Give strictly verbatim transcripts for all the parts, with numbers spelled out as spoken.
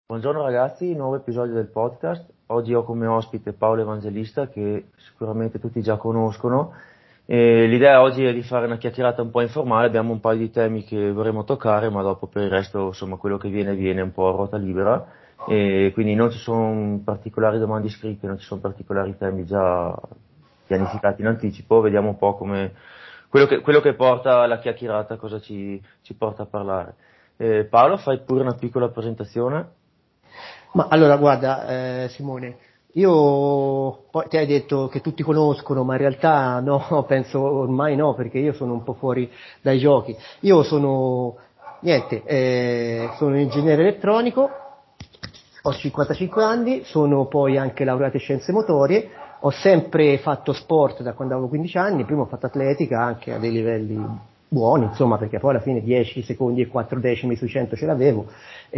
Buongiorno ragazzi, nuovo episodio del podcast. Oggi ho come ospite Paolo Evangelista, che sicuramente tutti già conoscono. E l'idea oggi è di fare una chiacchierata un po' informale, abbiamo un paio di temi che vorremmo toccare, ma dopo per il resto, insomma, quello che viene viene un po' a ruota libera. E quindi non ci sono particolari domande scritte, non ci sono particolari temi già pianificati in anticipo, vediamo un po' come quello che, quello che porta la chiacchierata, cosa ci, ci porta a parlare. Eh, Paolo, fai pure una piccola presentazione. Ma allora guarda, eh, Simone, io poi ti hai detto che tutti conoscono, ma in realtà no, penso ormai no, perché io sono un po' fuori dai giochi. Io sono, niente, eh, sono un ingegnere elettronico, ho cinquantacinque anni, sono poi anche laureato in scienze motorie, ho sempre fatto sport da quando avevo quindici anni, prima ho fatto atletica anche a dei livelli buoni, insomma, perché poi alla fine dieci secondi e quattro decimi sui cento ce l'avevo,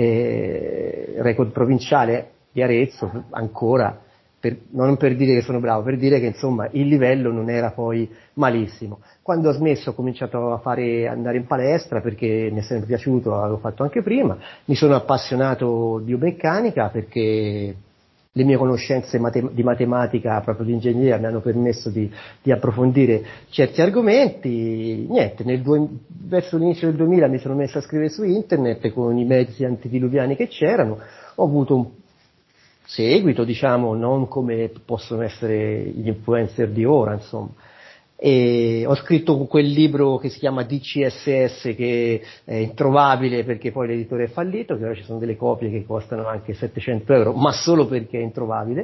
eh, record provinciale di Arezzo ancora, per, non per dire che sono bravo, per dire che insomma il livello non era poi malissimo. Quando ho smesso ho cominciato a fare, andare in palestra perché mi è sempre piaciuto, l'avevo fatto anche prima, mi sono appassionato di biomeccanica perché le mie conoscenze mate- di matematica, proprio di ingegneria, mi hanno permesso di, di approfondire certi argomenti. Niente, nel due- verso l'inizio del duemila mi sono messo a scrivere su internet con i mezzi antediluviani che c'erano, ho avuto un seguito, diciamo, non come possono essere gli influencer di ora, insomma. E ho scritto quel libro che si chiama D C S S, che è introvabile perché poi l'editore è fallito, che ora ci sono delle copie che costano anche settecento euro, ma solo perché è introvabile.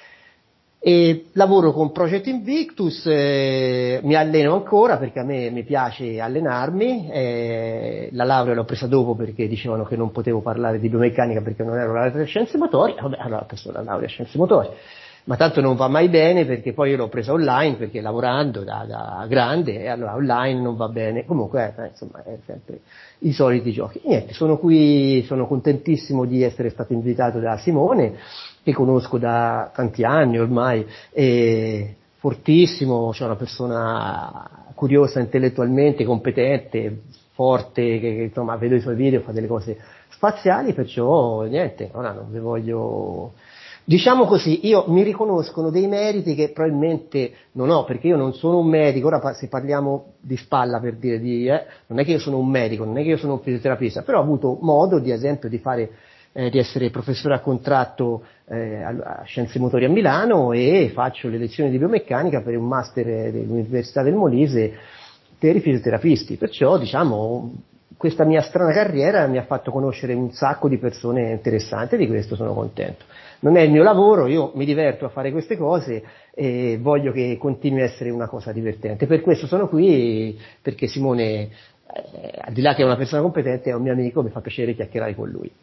E lavoro con Project Invictus, eh, mi alleno ancora perché a me mi piace allenarmi, eh, la laurea l'ho presa dopo perché dicevano che non potevo parlare di biomeccanica perché non ero laureato in scienze motorie, vabbè, allora ho preso la laurea in scienze motorie, ma tanto non va mai bene perché poi io l'ho presa online perché lavorando da, da grande e allora online non va bene, comunque eh, insomma è sempre i soliti giochi. Niente, sono qui, sono contentissimo di essere stato invitato da Simone, che conosco da tanti anni ormai, è fortissimo, cioè una persona curiosa intellettualmente, competente, forte, che, che insomma vedo i suoi video, fa delle cose spaziali, perciò niente, ora non vi voglio. Diciamo così, io mi riconoscono dei meriti che probabilmente non ho, perché io non sono un medico, ora se parliamo di spalla per dire di, eh, non è che io sono un medico, non è che io sono un fisioterapista, però ho avuto modo, di esempio, di fare, eh, di essere professore a contratto eh, a, a Scienze Motorie a Milano e faccio le lezioni di biomeccanica per un master dell'Università del Molise per i fisioterapisti, perciò diciamo questa mia strana carriera mi ha fatto conoscere un sacco di persone interessanti e di questo sono contento. Non è il mio lavoro, io mi diverto a fare queste cose e voglio che continui a essere una cosa divertente. Per questo sono qui, perché Simone, eh, al di là che è una persona competente, è un mio amico, mi fa piacere chiacchierare con lui.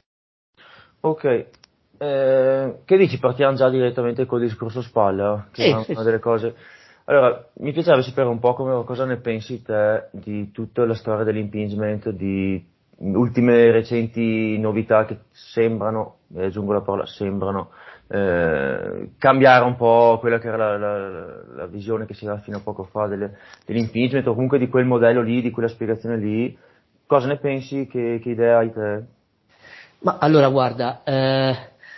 Ok, eh, che dici? Partiamo già direttamente col discorso spalla, che Sì, era sì, una sì. delle cose. Allora, mi piacerebbe sapere un po' come, cosa ne pensi te di tutta la storia dell'impingement, di ultime recenti novità che sembrano, e aggiungo la parola sembrano, eh, cambiare un po' quella che era la, la- la visione che si aveva fino a poco fa delle- dell'impingement, o comunque di quel modello lì, di quella spiegazione lì. Cosa ne pensi? Che, che idea hai te? Ma allora guarda, eh,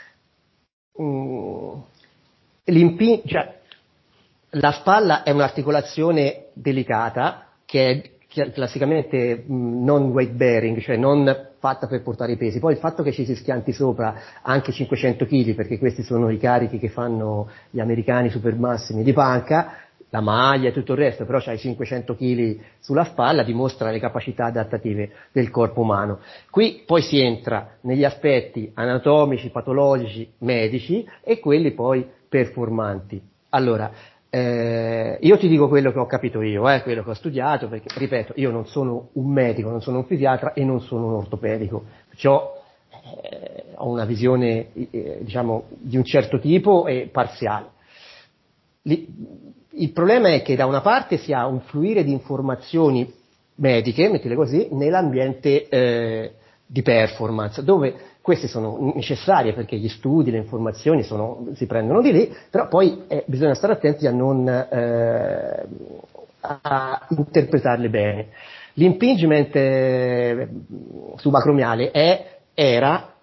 mm, l'impi- cioè, la spalla è un'articolazione delicata che è chi- classicamente mh, non weight bearing, cioè non fatta per portare i pesi. Poi il fatto che ci si schianti sopra anche cinquecento chili, perché questi sono i carichi che fanno gli americani super massimi di panca, la maglia e tutto il resto, però c'hai cinquecento chili sulla spalla, dimostra le capacità adattative del corpo umano. Qui poi si entra negli aspetti anatomici, patologici, medici e quelli poi performanti. Allora, eh, io ti dico quello che ho capito io, eh, quello che ho studiato, perché, ripeto, io non sono un medico, non sono un fisiatra e non sono un ortopedico, perciò eh, ho una visione, eh, diciamo, di un certo tipo e parziale. Li- il problema è che da una parte si ha un fluire di informazioni mediche, mettile così, nell'ambiente eh, di performance, dove queste sono necessarie perché gli studi, le informazioni sono- si prendono di lì, però poi eh, bisogna stare attenti a non eh, a interpretarle bene. L'impingement eh, subacromiale è, era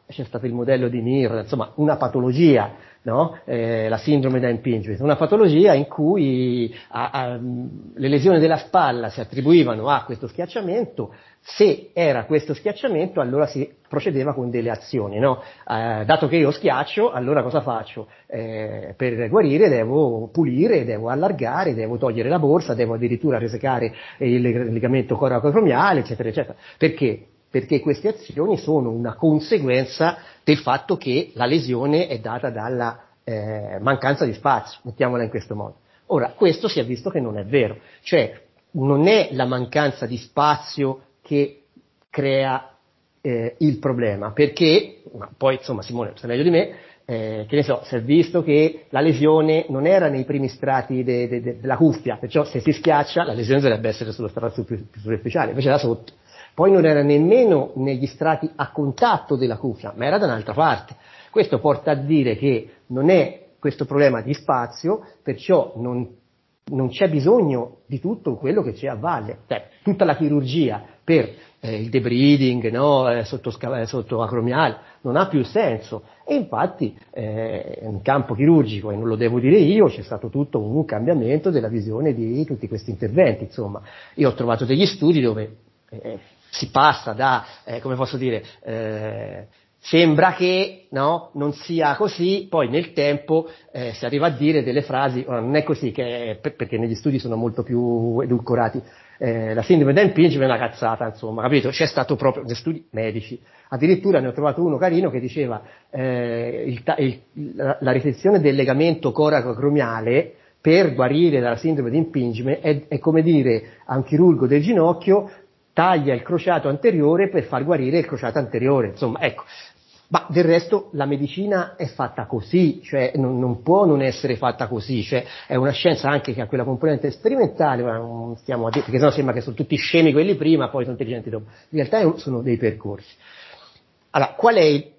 c'è stato il modello di Mir, insomma una patologia, no? Eh, la sindrome da impingement, una patologia in cui a, a, le lesioni della spalla si attribuivano a questo schiacciamento. Se era questo schiacciamento, allora si procedeva con delle azioni, no? Eh, dato che io schiaccio, allora cosa faccio? Eh, per guarire devo pulire, devo allargare, devo togliere la borsa, devo addirittura resecare il legamento coracoacromiale, eccetera, eccetera. Perché? Perché queste azioni sono una conseguenza del fatto che la lesione è data dalla eh, mancanza di spazio, mettiamola in questo modo. Ora, questo si è visto che non è vero, cioè non è la mancanza di spazio che crea eh, il problema, perché, ma poi insomma Simone sa meglio di me, eh, che ne so, si è visto che la lesione non era nei primi strati de, de, de, della cuffia, perciò se si schiaccia la lesione dovrebbe essere sullo strato più, più superficiale, invece da sotto. Poi non era nemmeno negli strati a contatto della cuffia, ma era da un'altra parte. Questo porta a dire che non è questo problema di spazio, perciò non, non c'è bisogno di tutto quello che c'è a valle. Cioè, tutta la chirurgia per eh, il debriding, no, eh, sotto, eh, sotto acromiale, non ha più senso. E infatti eh, in campo chirurgico, e non lo devo dire io, c'è stato tutto un cambiamento della visione di tutti questi interventi. Insomma, io ho trovato degli studi dove eh, si passa da, eh, come posso dire, eh, sembra che no, non sia così, poi nel tempo eh, si arriva a dire delle frasi, ora non è così, che, perché negli studi sono molto più edulcorati, eh, la sindrome da impingement è una cazzata, insomma, capito? C'è stato proprio negli studi medici, addirittura ne ho trovato uno carino che diceva eh, il, il, la, la risezione del legamento coracoacromiale per guarire dalla sindrome di impingement è, è come dire a un chirurgo del ginocchio: taglia il crociato anteriore per far guarire il crociato anteriore, insomma, ecco. Ma del resto la medicina è fatta così, cioè non, non può non essere fatta così, cioè è una scienza anche che ha quella componente sperimentale, ma non stiamo a dire, perché sennò sembra che sono tutti scemi quelli prima, poi sono intelligenti dopo. In realtà sono dei percorsi. Allora, qual è il...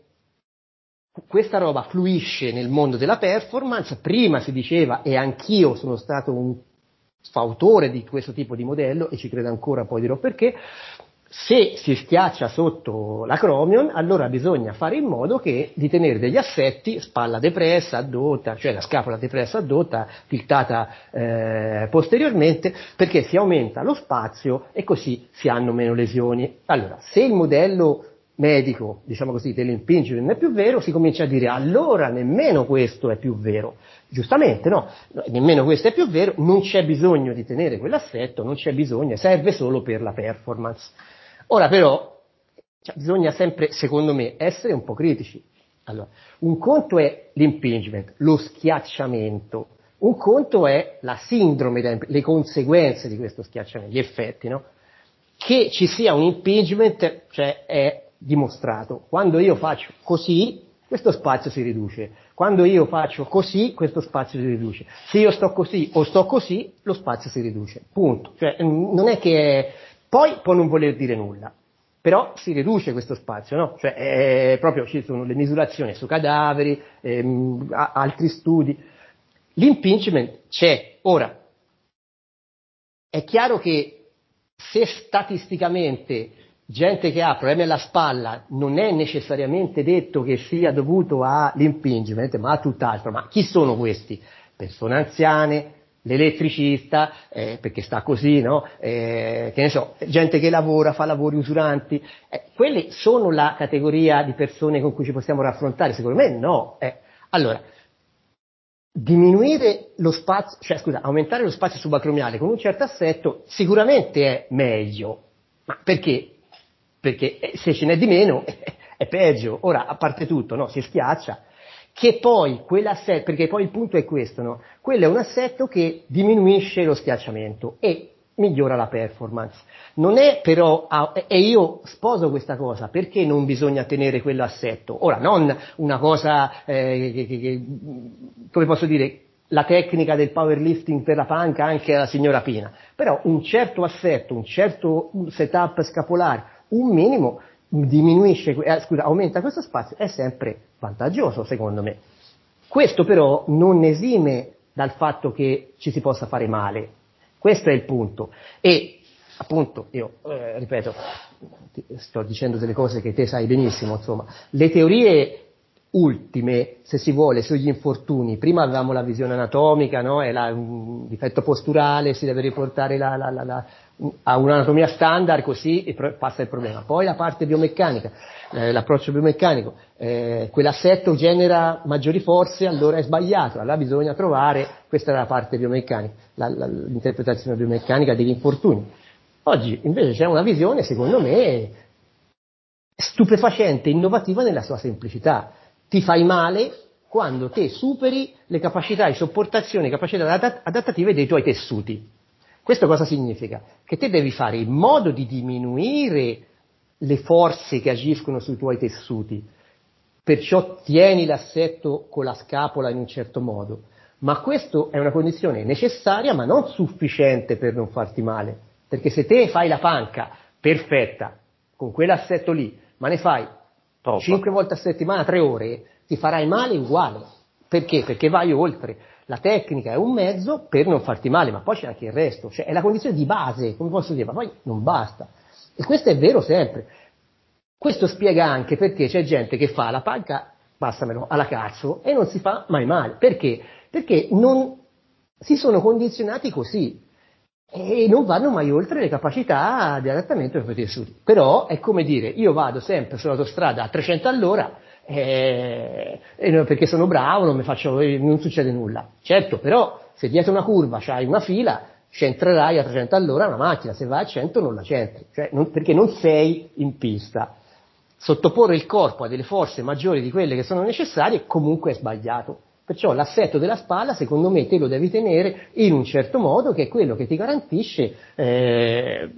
Questa roba fluisce nel mondo della performance, prima si diceva, e anch'io sono stato un fautore di questo tipo di modello, e ci credo ancora, poi dirò perché, se si schiaccia sotto l'acromion, allora bisogna fare in modo che di tenere degli assetti, spalla depressa, addotta, cioè la scapola depressa, addotta, tiltata eh, posteriormente, perché si aumenta lo spazio e così si hanno meno lesioni. Allora, se il modello medico, diciamo così, dell'impingement non è più vero, si comincia a dire allora nemmeno questo è più vero. Giustamente, no, nemmeno questo è più vero, non c'è bisogno di tenere quell'assetto, non c'è bisogno, serve solo per la performance. Ora però, cioè, bisogna sempre, secondo me, essere un po' critici. Allora, un conto è l'impingement, lo schiacciamento, un conto è la sindrome, le conseguenze di questo schiacciamento, gli effetti, no? Che ci sia un impingement, cioè è dimostrato. Quando io faccio così, questo spazio si riduce. Quando io faccio così, questo spazio si riduce. Se io sto così o sto così, lo spazio si riduce. Punto. Cioè, non è che è... Poi può non voler dire nulla, però si riduce questo spazio, no? Cioè, è proprio ci sono le misurazioni su cadaveri, ehm, altri studi. L'impingement c'è. Ora, è chiaro che se statisticamente gente che ha problemi alla spalla non è necessariamente detto che sia dovuto all'impingement, ma a tutt'altro. Ma chi sono questi? Persone anziane, l'elettricista, eh, perché sta così, no? Eh, che ne so, gente che lavora, fa lavori usuranti. Eh, quelle sono la categoria di persone con cui ci possiamo raffrontare? Secondo me no. Eh, allora, diminuire lo spazio, cioè scusa, aumentare lo spazio subacromiale con un certo assetto sicuramente è meglio. Ma perché? Perché se ce n'è di meno è peggio. Ora, a parte tutto, no, si schiaccia, che poi quell'assetto, perché poi il punto è questo, no? Quello è un assetto che diminuisce lo schiacciamento e migliora la performance. Non è però, e io sposo questa cosa, perché non bisogna tenere quell'assetto? Ora, non una cosa, eh, che, che, che, come posso dire, la tecnica del powerlifting per la panca anche alla signora Pina, però un certo assetto, un certo setup scapolare, un minimo diminuisce, eh, scusa, aumenta questo spazio, è sempre vantaggioso secondo me. Questo però non esime dal fatto che ci si possa fare male, questo è il punto. E appunto, io eh, ripeto, sto dicendo delle cose che te sai benissimo, insomma, le teorie ultime, se si vuole, sugli infortuni, prima avevamo la visione anatomica, no? È la, un difetto posturale, si deve riportare la, la, la, la, a un'anatomia standard, così e pro- passa il problema. Poi la parte biomeccanica, eh, l'approccio biomeccanico, eh, quell'assetto genera maggiori forze, allora è sbagliato, allora bisogna trovare, questa è la parte biomeccanica, la, la, l'interpretazione biomeccanica degli infortuni. Oggi invece c'è una visione, secondo me, stupefacente, innovativa nella sua semplicità. Ti fai male quando te superi le capacità di sopportazione, le capacità adattative dei tuoi tessuti. Questo cosa significa? Che te devi fare in modo di diminuire le forze che agiscono sui tuoi tessuti, perciò tieni l'assetto con la scapola in un certo modo, ma questa è una condizione necessaria ma non sufficiente per non farti male, perché se te fai la panca perfetta con quell'assetto lì, ma ne fai cinque volte a settimana, tre ore, ti farai male uguale. Perché? Perché vai oltre. La tecnica è un mezzo per non farti male, ma poi c'è anche il resto, cioè è la condizione di base, come posso dire, ma poi non basta. E questo è vero sempre. Questo spiega anche perché c'è gente che fa la panca, passamelo, alla cazzo, e non si fa mai male. Perché? Perché non si sono condizionati così e non vanno mai oltre le capacità di adattamento dei propri tessuti. Però è come dire, io vado sempre sull'autostrada a trecento all'ora eh, e perché sono bravo, non mi faccio, non succede nulla. Certo, però se dietro una curva c'hai una fila, centrerai a trecento all'ora una macchina, se vai a cento non la centri, cioè non, perché non sei in pista. Sottoporre il corpo a delle forze maggiori di quelle che sono necessarie comunque è sbagliato. Perciò l'assetto della spalla, secondo me, te lo devi tenere in un certo modo, che è quello che ti garantisce eh,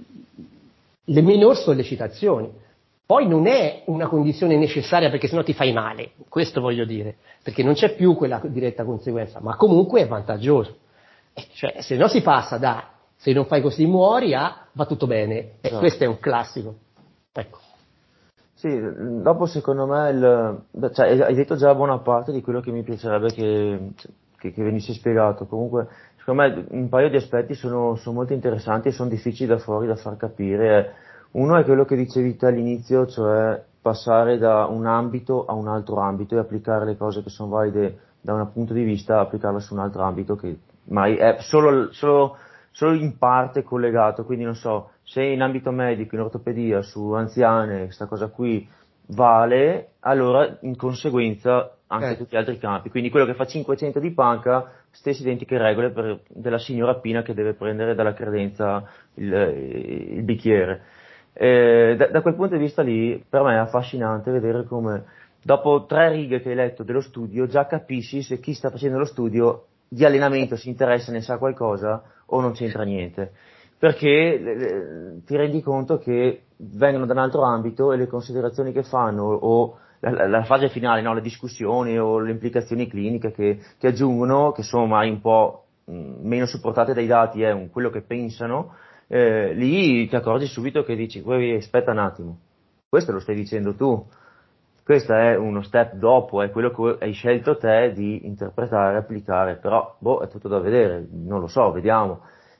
le minor sollecitazioni. Poi non è una condizione necessaria perché sennò ti fai male, questo voglio dire, perché non c'è più quella diretta conseguenza, ma comunque è vantaggioso. Eh, cioè, se no si passa da se non fai così muori a va tutto bene, e No. questo è un classico. Ecco. Sì, dopo secondo me il, cioè, hai detto già buona parte di quello che mi piacerebbe che, che, che venisse spiegato. Comunque, secondo me un paio di aspetti sono, sono molto interessanti e sono difficili da fuori da far capire. Uno è quello che dicevi te all'inizio, cioè passare da un ambito a un altro ambito e applicare le cose che sono valide da un punto di vista, applicarle su un altro ambito che mai è solo, solo solo in parte collegato, quindi non so, se in ambito medico, in ortopedia, su anziane, questa cosa qui vale, allora in conseguenza anche Eh. tutti gli altri campi. Quindi quello che fa cinquecento di panca, stesse identiche regole per, della signora Pina che deve prendere dalla credenza il, il bicchiere. Eh, da, da quel punto di vista lì, per me è affascinante vedere come dopo tre righe che hai letto dello studio già capisci se chi sta facendo lo studio di allenamento si interessa, ne sa qualcosa o non c'entra niente, perché eh, ti rendi conto che vengono da un altro ambito e le considerazioni che fanno o la, la fase finale, no, le discussioni o le implicazioni cliniche che, che aggiungono, che sono mai un po' mh, meno supportate dai dati, è un, quello che pensano, eh, lì ti accorgi subito che dici, "Uè, aspetta un attimo, questo lo stai dicendo tu. Questo è uno step dopo, è quello che hai scelto te di interpretare, applicare, però boh, è tutto da vedere, non lo so, vediamo.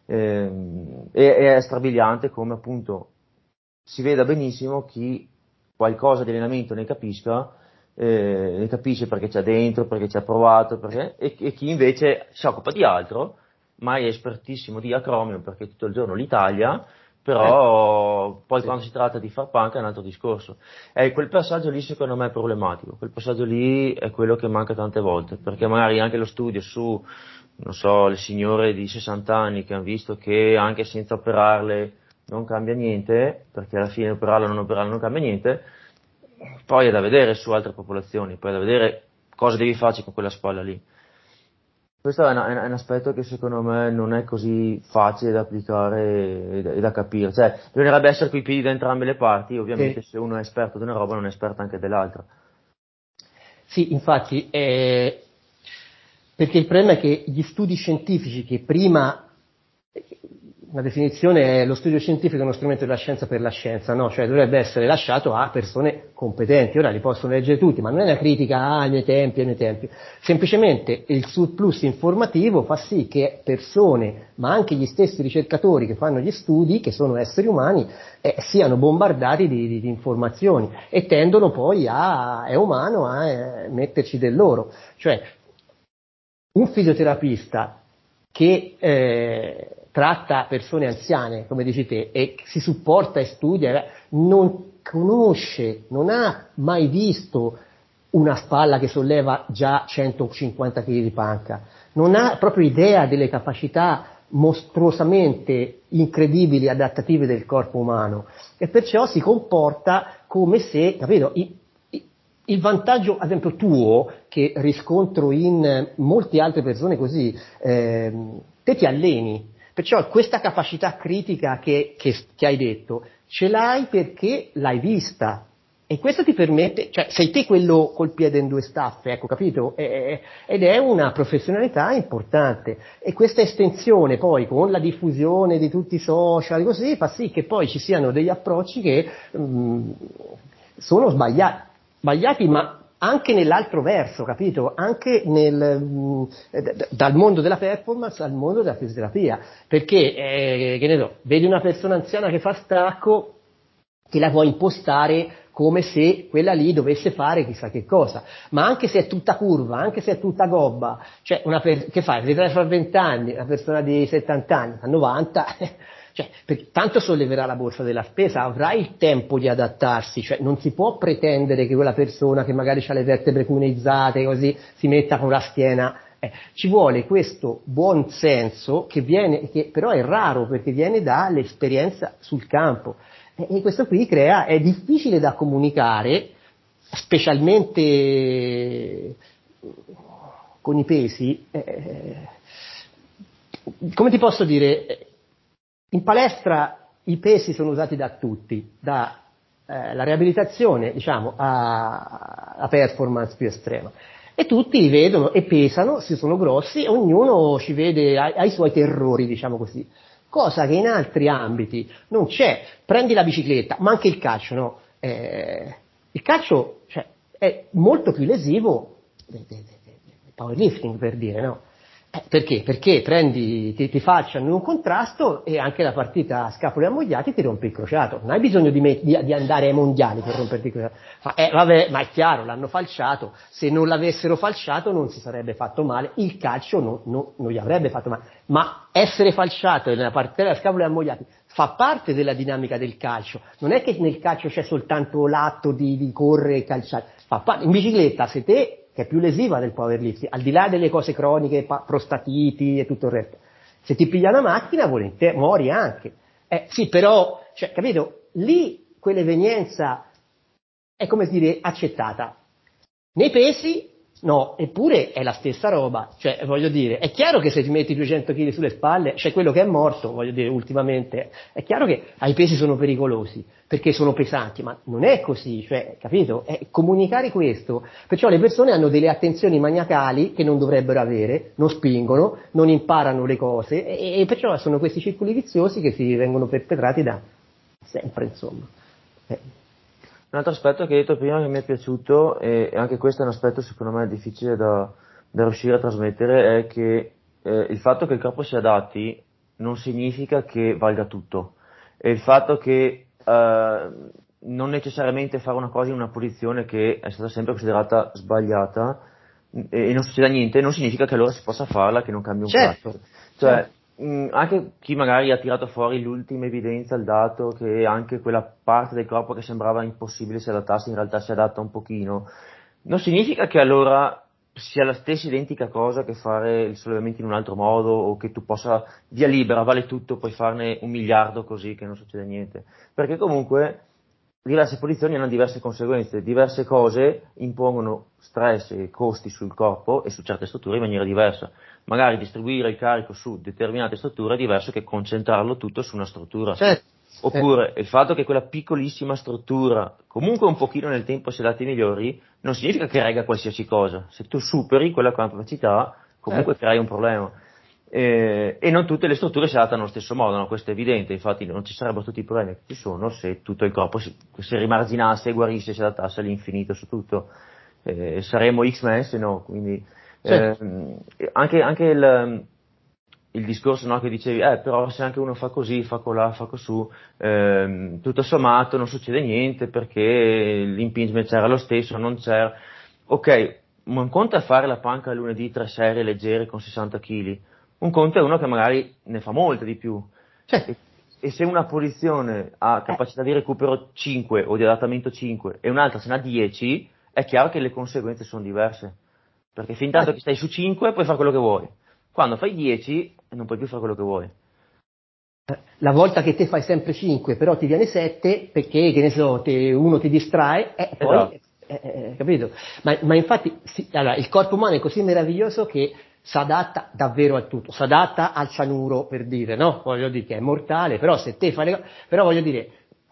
Ehm, e, e è strabiliante come appunto si veda benissimo chi qualcosa di allenamento ne capisca, eh, ne capisce perché c'è dentro, perché ci ha provato, perché, e, e chi invece si occupa di altro, ma è espertissimo di acromio perché tutto il giorno li taglia, Eh. però poi Sì. quando si tratta di far punk è un altro discorso. E quel passaggio lì secondo me è problematico, quel passaggio lì è quello che manca tante volte, perché magari anche lo studio su, non so, le signore di sessanta anni che hanno visto che anche senza operarle non cambia niente, perché alla fine operarla o non operarla non cambia niente, poi è da vedere su altre popolazioni, poi è da vedere cosa devi farci con quella spalla lì. Questo è, una- è un aspetto che secondo me non è così facile da applicare e da, e da capire, cioè bisognerebbe essere coi piedi da entrambe le parti, ovviamente Sì. se uno è esperto di una roba non è esperto anche dell'altra. Sì, infatti, eh, perché il problema è che gli studi scientifici che prima, la definizione è: lo studio scientifico è uno strumento della scienza per la scienza, no? Cioè dovrebbe essere lasciato a persone competenti. Ora li possono leggere tutti, ma non è una critica ah, ai miei tempi, ai miei tempi. Semplicemente il surplus informativo fa sì che persone, ma anche gli stessi ricercatori che fanno gli studi, che sono esseri umani, eh, siano bombardati di, di, di informazioni e tendono poi a, è umano, a eh, metterci del loro. Cioè, un fisioterapista che eh, tratta persone anziane, come dici te, e si supporta e studia, non conosce, non ha mai visto una spalla che solleva già centocinquanta chili di panca, non ha proprio idea delle capacità mostruosamente incredibili adattative del corpo umano e perciò si comporta come se, capito, i, il vantaggio, ad esempio, tuo, che riscontro in molte altre persone così, ehm, te ti alleni, perciò questa capacità critica che, che, che hai detto, ce l'hai perché l'hai vista, e questo ti permette, cioè sei te quello col piede in due staffe, ecco, capito? E, ed è una professionalità importante, e questa estensione poi con la diffusione di tutti i social, così, fa sì che poi ci siano degli approcci che mh, sono sbagliati. Sbagliati, ma anche nell'altro verso, capito? Anche nel, mh, d- dal mondo della performance al mondo della fisioterapia, perché, eh, che ne so, vedi una persona anziana che fa stacco, che la vuoi impostare come se quella lì dovesse fare chissà che cosa, ma anche se è tutta curva, anche se è tutta gobba, cioè una per- che fai? Ritrae fra venti anni, una persona di settanta anni, a novanta, cioè, perché tanto solleverà la borsa della spesa, avrà il tempo di adattarsi, cioè non si può pretendere che quella persona che magari ha le vertebre cuneizzate così si metta con la schiena. Eh, ci vuole questo buon senso che viene, che però è raro perché viene dall'esperienza sul campo. E questo qui crea, è difficile da comunicare, specialmente con i pesi. Eh, come ti posso dire? In palestra i pesi sono usati da tutti, da eh, la riabilitazione, diciamo, alla performance più estrema. E tutti li vedono e pesano, se sono grossi, e ognuno ci vede, ha, ha i suoi terrori, diciamo così. Cosa che in altri ambiti non c'è. Prendi la bicicletta, ma anche il calcio, no? Eh, il calcio, cioè, è molto più lesivo del, del, del powerlifting, per dire, no? Eh, perché? Perché prendi, ti, ti facciano in un contrasto e anche la partita a scapoli ammogliati ti rompe il crociato. Non hai bisogno di, me, di, di andare ai mondiali per romperti il crociato. Ma, eh, vabbè, ma è chiaro, l'hanno falciato. Se non l'avessero falciato non si sarebbe fatto male. Il calcio no, no, non gli avrebbe fatto male. Ma essere falciato nella partita a scapoli ammogliati fa parte della dinamica del calcio. Non è che nel calcio c'è soltanto l'atto di, di correre e calciare. Fa parte. In bicicletta, se te, che è più lesiva del powerlifting, al di là delle cose croniche, pa- prostatiti e tutto il resto. Se ti piglia una macchina, volentieri, muori anche. Eh, sì, però, cioè, capito? Lì quell'evenienza è, come dire, accettata. Nei pesi, no, eppure è la stessa roba. Cioè, voglio dire, è chiaro che se ti metti duecento chili sulle spalle, c'è quello che è morto, voglio dire, ultimamente, è chiaro che ai pesi sono pericolosi, perché sono pesanti, ma non è così, cioè, capito? È comunicare questo. Perciò le persone hanno delle attenzioni maniacali che non dovrebbero avere, non spingono, non imparano le cose, e, e perciò sono questi circoli viziosi che si vengono perpetrati da sempre, insomma. Eh. Un altro aspetto che hai detto prima che mi è piaciuto, e anche questo è un aspetto secondo me difficile da, da riuscire a trasmettere, è che eh, il fatto che il corpo si adatti non significa che valga tutto. E il fatto che eh, non necessariamente fare una cosa in una posizione che è stata sempre considerata sbagliata e, e non succeda niente, non significa che allora si possa farla, che non cambia un Certo, cazzo. Cioè, certo. mh, anche chi magari ha tirato fuori l'ultima evidenza, il dato che anche quella parte del corpo che sembrava impossibile si adattasse, in realtà si adatta un pochino, non significa che allora sia la stessa identica cosa che fare il sollevamento in un altro modo o che tu possa, via libera, vale tutto, puoi farne un miliardo così che non succede niente. Perché comunque diverse posizioni hanno diverse conseguenze, diverse cose impongono stress e costi sul corpo e su certe strutture in maniera diversa. Magari distribuire il carico su determinate strutture è diverso che concentrarlo tutto su una struttura. Certo. Eh. Oppure il fatto che quella piccolissima struttura comunque un pochino nel tempo si adatti migliori non significa che regga qualsiasi cosa. Se tu superi quella capacità comunque Certo. crei un problema. eh, e non tutte le strutture si adattano allo stesso modo, no? Questo è evidente, infatti non ci sarebbero tutti i problemi che ci sono se tutto il corpo si, si rimarginasse, guarisse e si adattasse all'infinito su tutto, eh, saremmo X-Men se no, quindi eh, anche, anche il, il discorso, no, che dicevi, eh, però se anche uno fa così, fa colà, fa cosù, ehm, tutto sommato non succede niente perché l'impingement c'era lo stesso, non c'era. Ok, un conto è fare la panca lunedì tre serie leggere con sessanta chili, un conto è uno che magari ne fa molte di più. Cioè, E, e se una posizione ha capacità di recupero cinque o di adattamento cinque e un'altra se ne ha dieci, è chiaro che le conseguenze sono diverse. Perché fin tanto che stai su cinque puoi fare quello che vuoi. Quando fai dieci non puoi più fare quello che vuoi. la volta che te fai sempre cinque, però ti viene sette perché, che ne so, te, uno ti distrae e poi, Esatto. eh, eh, capito? Ma, ma infatti, sì, allora, il corpo umano è così meraviglioso che si adatta davvero a tutto, si adatta al cianuro, per dire, no? Voglio dire che è mortale, però se te fai le cose, però voglio dire,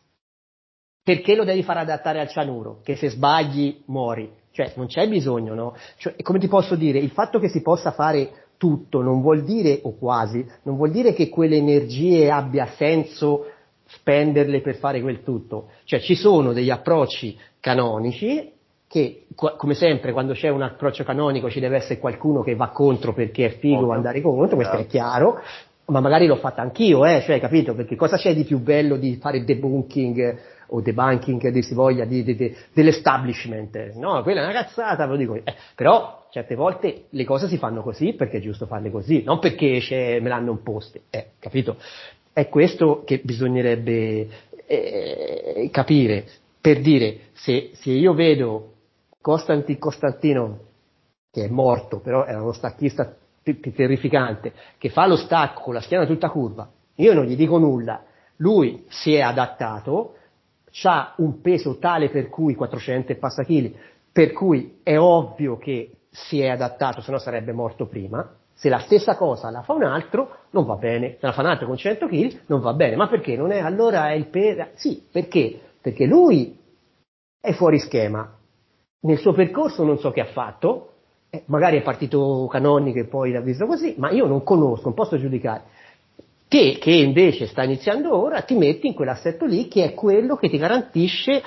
perché lo devi far adattare al cianuro? Che se sbagli muori. Cioè, non c'è bisogno, no? Cioè, come ti posso dire, il fatto che si possa fare tutto non vuol dire, o quasi, non vuol dire che quelle energie abbia senso spenderle per fare quel tutto. Cioè, ci sono degli approcci canonici che, come sempre, quando c'è un approccio canonico ci deve essere qualcuno che va contro perché è figo Ovvio. andare contro, questo Chiaro. è chiaro, ma magari l'ho fatta anch'io, eh, cioè, capito? Perché cosa c'è di più bello di fare debunking o debunking, che si voglia, di, di, di, dell'establishment? No, quella è una cazzata, ve lo dico. Eh, però certe volte le cose si fanno così perché è giusto farle così, non perché c'è, me l'hanno imposte, eh, capito? È questo che bisognerebbe eh, capire. Per dire, se, se io vedo Costantin Costantino, che è morto, però era uno stacchista terrificante, che fa lo stacco con la schiena tutta curva, io non gli dico nulla, lui si è adattato, ha un peso tale per cui quattrocento e passa chili, per cui è ovvio che si è adattato, se no sarebbe morto prima. Se la stessa cosa la fa un altro, non va bene. Se la fa un altro con cento chili, non va bene. Ma perché? Non è, allora è il peso? Sì, perché? Perché lui è fuori schema. Nel suo percorso non so che ha fatto, eh, magari è partito canonico e poi l'ha visto così, ma io non conosco, non posso giudicare. Te, che invece sta iniziando ora, ti metti in quell'assetto lì che è quello che ti garantisce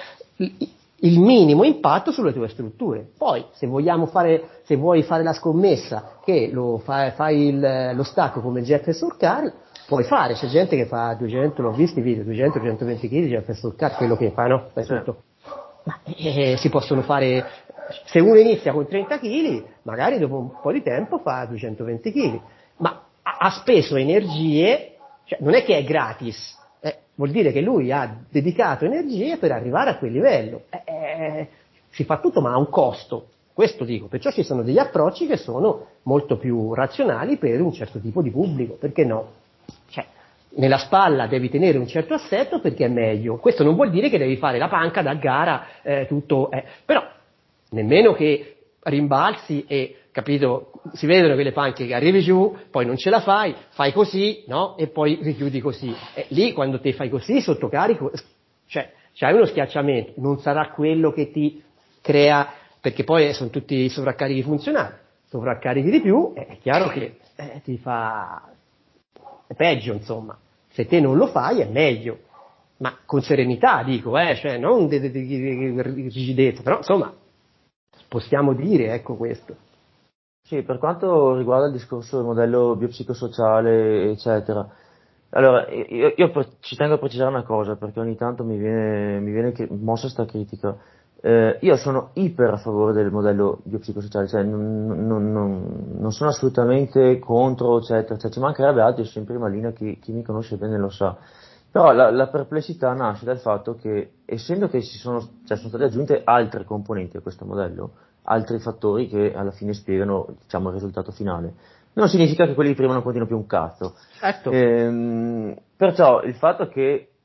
il minimo impatto sulle tue strutture. Poi, se vogliamo fare, se vuoi fare la scommessa che lo fai, fai il, lo stacco come Jefferson Carl, puoi fare, c'è gente che fa duecento, l'ho visto i video, duecento duecentoventi kg Jefferson Carl, quello che fa, no? Fai Sì. tutto. Ma eh, si possono fare, se uno inizia con trenta chili, magari dopo un po' di tempo fa duecentoventi chili, ma ha, ha speso energie, cioè non è che è gratis, eh, vuol dire che lui ha dedicato energie per arrivare a quel livello. Eh, eh, si fa tutto ma a un costo, questo dico, perciò ci sono degli approcci che sono molto più razionali per un certo tipo di pubblico, perché no? Cioè, nella spalla devi tenere un certo assetto perché è meglio. Questo non vuol dire che devi fare la panca da gara, eh, tutto, eh. Però nemmeno che rimbalzi e, capito, si vedono quelle panche che arrivi giù, poi non ce la fai, fai così, no? E poi richiudi così. E lì quando te fai così, sotto carico, cioè, c'hai uno schiacciamento, non sarà quello che ti crea, perché poi sono tutti sovraccarichi funzionali, sovraccarichi di più, è chiaro che eh, ti fa, è peggio, insomma. Se te non lo fai è meglio, ma con serenità dico, eh, cioè non di, di, di, di rigidezza, però insomma possiamo dire, ecco questo. Sì, per quanto riguarda il discorso del modello biopsicosociale, eccetera, allora io, io pre- ci tengo a precisare una cosa perché ogni tanto mi viene, mi viene che- mossa sta critica. Eh, io sono iper a favore del modello biopsicosociale, cioè non, non- non- non sono assolutamente contro, eccetera, cioè, ci mancherebbe altro, io sono in prima linea, chi, chi mi conosce bene lo sa. Però la, la perplessità nasce dal fatto che, essendo che si sono, cioè, sono state aggiunte altre componenti a questo modello, altri fattori che alla fine spiegano, diciamo, il risultato finale, non significa che quelli di prima non contino più un cazzo. Certo. Ehm, perciò il fatto che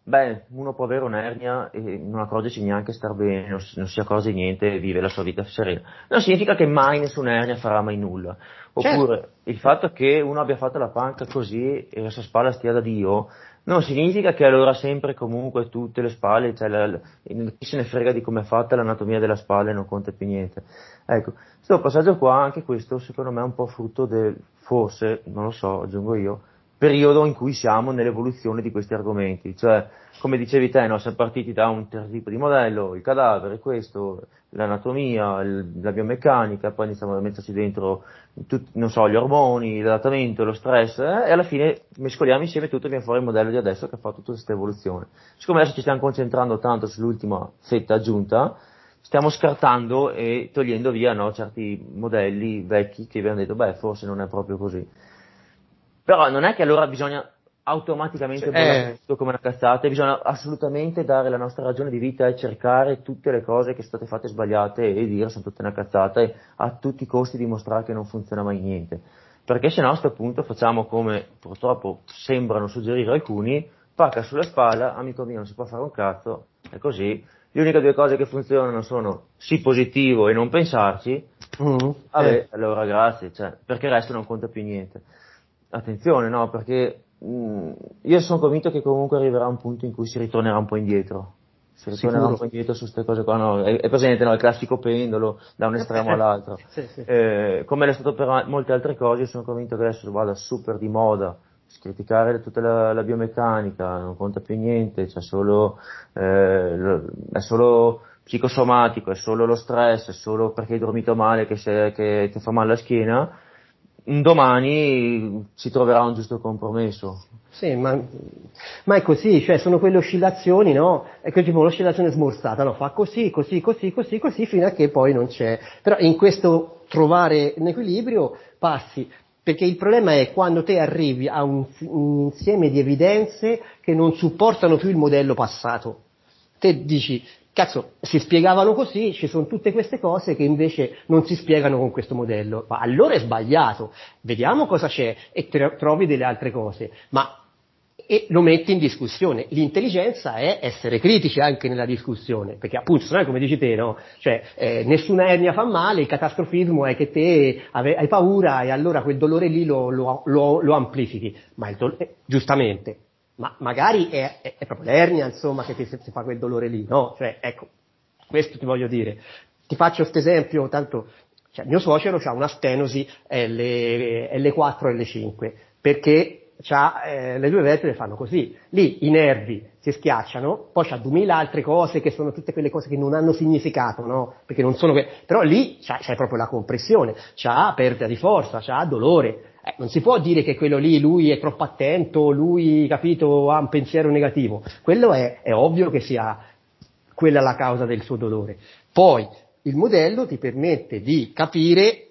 Beh, uno può avere un'ernia e non accorgersi neanche star bene, non, si non si accorge di niente e vive la sua vita serena. Non significa che mai nessuna ernia farà mai nulla. Certo. Oppure il fatto che uno abbia fatto la panca così e la sua spalla stia da Dio, non significa che allora sempre comunque tutte le spalle, cioè la, la- chi se ne frega di come è fatta l'anatomia della spalla e non conta più niente. Ecco, questo passaggio qua, anche questo secondo me è un po' frutto del, forse, non lo so, aggiungo io, periodo in cui siamo nell'evoluzione di questi argomenti, cioè come dicevi te, no, siamo partiti da un certo tipo di modello, il cadavere, questo, l'anatomia, il- la biomeccanica, poi iniziamo a metterci dentro tut- non so, gli ormoni, l'adattamento, lo stress, eh, e alla fine mescoliamo insieme tutto e viene fuori il modello di adesso che ha fatto tutta questa evoluzione. Siccome adesso ci stiamo concentrando tanto sull'ultima fetta aggiunta, stiamo scartando e togliendo via, no, certi modelli vecchi che abbiamo detto, beh, forse non è proprio così. Però non è che allora bisogna automaticamente bollare Eh, tutto come una cazzata, bisogna assolutamente dare la nostra ragione di vita e cercare tutte le cose che sono state fatte sbagliate e dire sono tutte una cazzata e a tutti i costi dimostrare che non funziona mai niente. Perché se no a questo punto facciamo come purtroppo sembrano suggerire alcuni, pacca sulla spalla, amico mio non si può fare un cazzo, è così. Le uniche due cose che funzionano sono sì positivo e non pensarci, mm, eh, vabbè, allora grazie, cioè, perché il resto non conta più niente. Attenzione, no, perché mh, io sono convinto che comunque arriverà un punto in cui si ritornerà un po' indietro. Si ritornerà un po' sicuro. indietro su queste cose qua, no? È, è presente, no? Il classico pendolo da un estremo all'altro. Sì, sì. Eh, come è stato per molte altre cose, io sono convinto che adesso vada super di moda criticare tutta la, la biomeccanica, non conta più niente, c'è solo, eh, lo- è solo psicosomatico, è solo lo stress, è solo perché hai dormito male che, se- che ti fa male la schiena. Un domani si troverà un giusto compromesso. Sì, ma, ma è così, cioè sono quelle oscillazioni, no? È che tipo l'oscillazione smorzata, no? Fa così, così, così, così, così, fino a che poi non c'è. Però in questo trovare un equilibrio passi, perché il problema è quando te arrivi a un, un insieme di evidenze che non supportano più il modello passato. Te dici, cazzo, si spiegavano così, ci sono tutte queste cose che invece non si spiegano con questo modello. Ma allora è sbagliato, vediamo cosa c'è e tro- trovi delle altre cose. Ma e lo metti in discussione. L'intelligenza è essere critici anche nella discussione, perché appunto, se no è come dici te, no? Cioè, eh, nessuna ernia fa male, il catastrofismo è che te ave- hai paura e allora quel dolore lì lo, lo- lo- lo amplifichi, ma il dol- eh, giustamente, ma magari è, è- è proprio l'ernia, insomma, che ti, ti fa quel dolore lì, no? Cioè, ecco, questo ti voglio dire. Ti faccio questo esempio, tanto, cioè, mio suocero ha una stenosi L, L4 e L cinque, perché c'ha, eh, le due vertebre fanno così. Lì i nervi si schiacciano, poi c'ha duemila altre cose che sono tutte quelle cose che non hanno significato, no? Perché non sono que- però lì c'è, c'è proprio la compressione, c'ha perdita di forza, c'ha dolore. Eh, non si può dire che quello lì, lui è troppo attento, lui, capito, ha un pensiero negativo. Quello è, è ovvio che sia quella la causa del suo dolore. Poi il modello ti permette di capire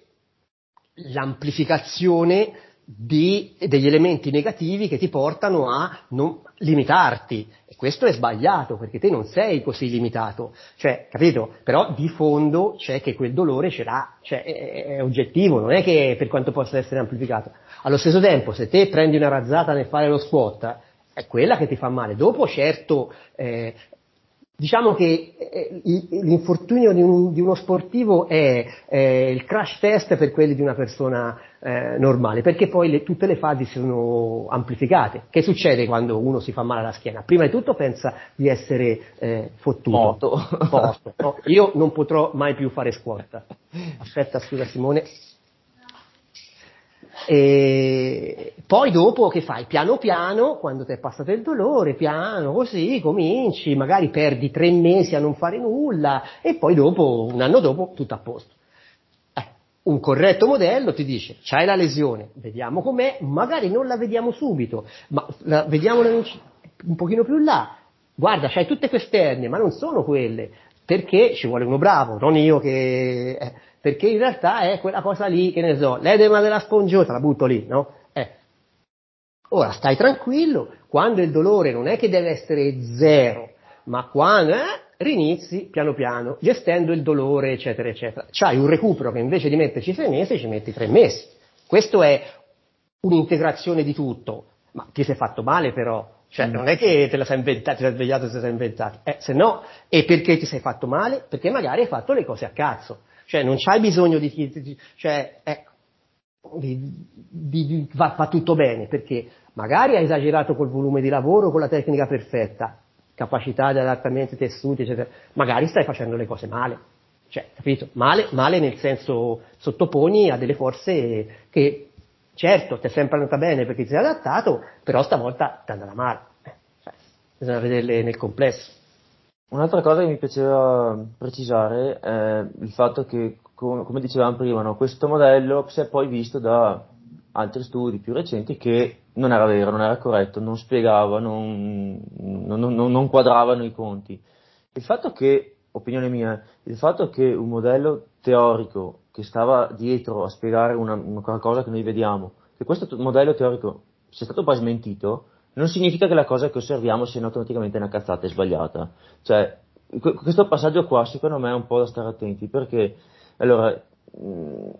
l'amplificazione di, degli elementi negativi che ti portano a non limitarti. E questo è sbagliato, perché te non sei così limitato. Cioè, capito? Però di fondo c'è che quel dolore ce l'ha, cioè è, è oggettivo, non è che per quanto possa essere amplificato. Allo stesso tempo, se te prendi una razzata nel fare lo squat, è quella che ti fa male. Dopo, certo, eh, diciamo che eh, l'infortunio di, un, di uno sportivo è eh, il crash test per quelli di una persona eh, normale, perché poi le, tutte le fasi sono amplificate. Che succede quando uno si fa male alla schiena? Prima di tutto pensa di essere eh, fottuto, Moto. posto. No, io non potrò mai più fare squat. Aspetta, scusa Simone. E poi dopo che fai? Piano piano, quando ti è passato il dolore, piano così, cominci, magari perdi tre mesi a non fare nulla e poi dopo, un anno dopo, tutto a posto. Eh, un corretto modello ti dice, c'hai la lesione, vediamo com'è, magari non la vediamo subito, ma la, vediamola un, un pochino più là. Guarda, c'hai tutte queste ernie, ma non sono quelle, perché ci vuole uno bravo, non io che... Eh, perché in realtà è quella cosa lì, che ne so, l'edema della spongiosa, la butto lì, no? Eh. Ora stai tranquillo, quando il dolore non è che deve essere zero, ma quando eh, rinizi piano piano, gestendo il dolore, eccetera, eccetera. C'hai un recupero che invece di metterci sei mesi, ci metti tre mesi. Questo è un'integrazione di tutto, ma ti sei fatto male però, Cioè, mm. non è che te la sei inventata, ti sei svegliato e te la sei inventata. Eh, se no, e perché ti sei fatto male? Perché magari hai fatto le cose a cazzo. Cioè, non c'hai bisogno di, di, di cioè, ecco, di, di, di, va, va tutto bene, perché magari hai esagerato col volume di lavoro, con la tecnica perfetta, capacità di adattamento ai tessuti, eccetera. Magari stai facendo le cose male. Cioè, capito? Male, male nel senso, sottoponi a delle forze che, certo, ti è sempre andata bene perché ti sei adattato, però stavolta ti è andata male. Cioè, bisogna vederle nel complesso. Un'altra cosa che mi piaceva precisare è il fatto che, com- come dicevamo prima, no, questo modello si è poi visto da altri studi più recenti che non era vero, non era corretto, non spiegava, non, non, non, non quadravano i conti. Il fatto che, opinione mia, il fatto che un modello teorico che stava dietro a spiegare una, una qualcosa che noi vediamo, che questo t- modello teorico sia stato poi smentito, non significa che la cosa che osserviamo sia automaticamente una cazzata e sbagliata. Cioè, que- questo passaggio qua secondo me è un po' da stare attenti, perché, allora, mh,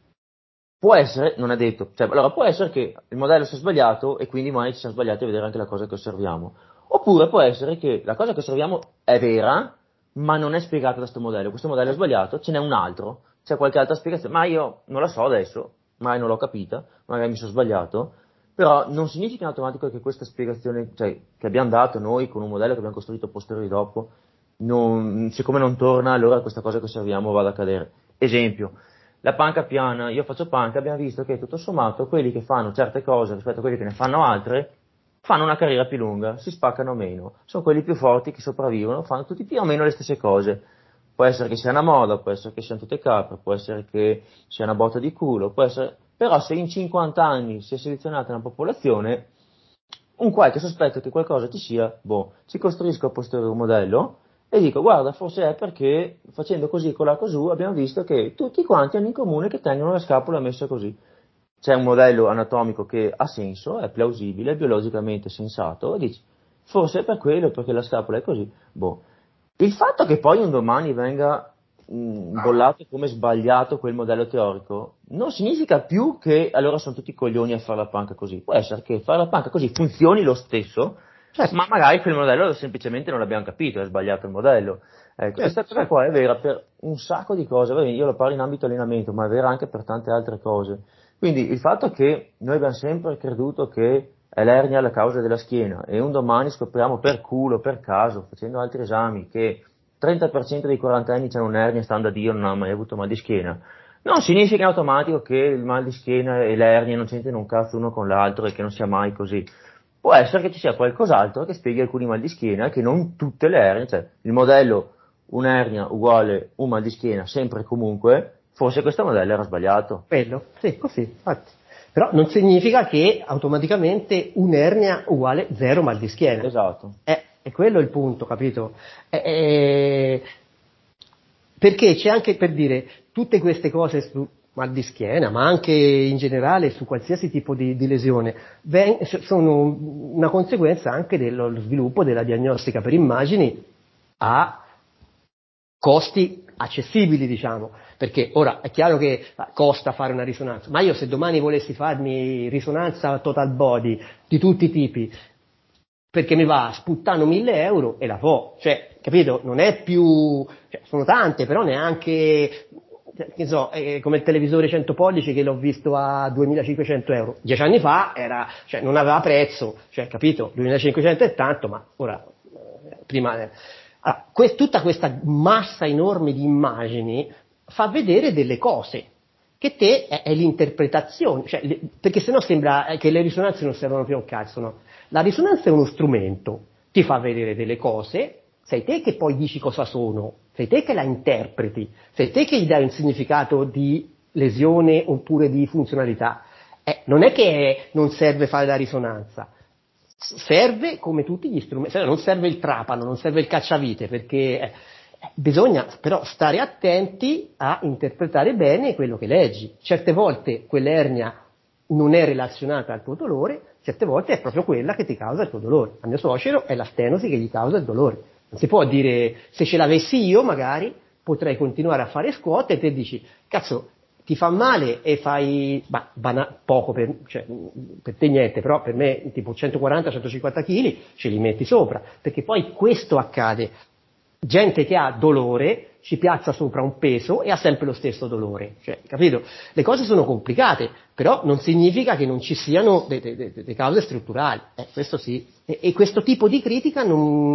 può essere, non è detto, cioè, allora può essere che il modello sia sbagliato e quindi magari ci siamo sbagliati a vedere anche la cosa che osserviamo. Oppure può essere che la cosa che osserviamo è vera, ma non è spiegata da questo modello. Questo modello è sbagliato, ce n'è un altro, c'è qualche altra spiegazione, ma io non la so adesso, magari non l'ho capita, magari mi sono sbagliato, però non significa in automatico che questa spiegazione, cioè, che abbiamo dato noi con un modello che abbiamo costruito posteriori dopo, non, siccome non torna, allora questa cosa che osserviamo va ad accadere. Esempio, la panca piana, io faccio panca, abbiamo visto che tutto sommato quelli che fanno certe cose rispetto a quelli che ne fanno altre, fanno una carriera più lunga, si spaccano meno, sono quelli più forti che sopravvivono, fanno tutti più o meno le stesse cose. Può essere che sia una moda, può essere che siano tutte capre, può essere che sia una botta di culo, può essere... però se in cinquanta anni si è selezionata una popolazione, un qualche sospetto che qualcosa ci sia, boh, ci costruisco a posteriori un modello e dico, guarda, forse è perché facendo così con la cosù abbiamo visto che tutti quanti hanno in comune che tengono la scapola messa così. C'è un modello anatomico che ha senso, è plausibile, è biologicamente sensato, e dici, forse è per quello, perché la scapola è così. Boh. Il fatto che poi un domani venga mh, bollato come sbagliato quel modello teorico, non significa più che allora sono tutti coglioni a fare la panca così. Può essere che fare la panca così funzioni lo stesso, Certo. ma magari quel modello semplicemente non l'abbiamo capito, è sbagliato il modello. Ecco, Certo, questa cosa certo. qua è vera per un sacco di cose, va bene, io lo parlo in ambito allenamento, ma è vera anche per tante altre cose. Quindi il fatto che noi abbiamo sempre creduto che è l'ernia la causa della schiena e un domani scopriamo per culo, per caso, facendo altri esami, che trenta per cento dei quarantenni hanno un'ernia e stanno da Dio, non hanno mai avuto mal di schiena, non significa in automatico che il mal di schiena e l'ernia non c'entrino un cazzo uno con l'altro e che non sia mai così. Può essere che ci sia qualcos'altro che spieghi alcuni mal di schiena e che non tutte le ernie, cioè il modello un'ernia uguale un mal di schiena sempre e comunque, forse questo modello era sbagliato. Quello, sì, così, infatti. Però non significa che automaticamente un'ernia uguale zero mal di schiena. Esatto. Eh, è quello il punto, capito? Eh, eh, perché c'è anche, per dire, tutte queste cose su mal di schiena, ma anche in generale su qualsiasi tipo di, di lesione, ven- sono una conseguenza anche dello sviluppo della diagnostica per immagini a costi accessibili, diciamo, perché ora è chiaro che costa fare una risonanza, ma io se domani volessi farmi risonanza total body di tutti i tipi, perché mi va sputtano mille euro e la fo, cioè, capito? Non è più, cioè, sono tante, però neanche, che so, è come il televisore cento pollici che l'ho visto a duemilacinquecento euro. Dieci anni fa era, cioè, non aveva prezzo, cioè, capito? duemilacinquecento è tanto, ma ora, prima... Allora, que- tutta questa massa enorme di immagini fa vedere delle cose che te è, è l'interpretazione, cioè, le, perché sennò sembra che le risonanze non servono più a un cazzo, no? La risonanza è uno strumento, ti fa vedere delle cose, sei te che poi dici cosa sono, sei te che la interpreti, sei te che gli dai un significato di lesione oppure di funzionalità. Eh, non è che non serve fare la risonanza, serve come tutti gli strumenti, non serve il trapano, non serve il cacciavite, perché eh, bisogna però stare attenti a interpretare bene quello che leggi. Certe volte quell'ernia non è relazionata al tuo dolore, certe volte è proprio quella che ti causa il tuo dolore. Al mio suocero è la stenosi che gli causa il dolore. Non si può dire, se ce l'avessi io magari potrei continuare a fare squat e te dici, cazzo, ti fa male e fai bah, bana- poco, per, cioè, per te niente, però per me tipo centoquaranta centocinquanta chili ce li metti sopra, perché poi questo accade. Gente che ha dolore ci piazza sopra un peso e ha sempre lo stesso dolore, cioè, capito? Le cose sono complicate, però non significa che non ci siano delle de, de, de cause strutturali, eh, questo sì, e, e questo tipo di critica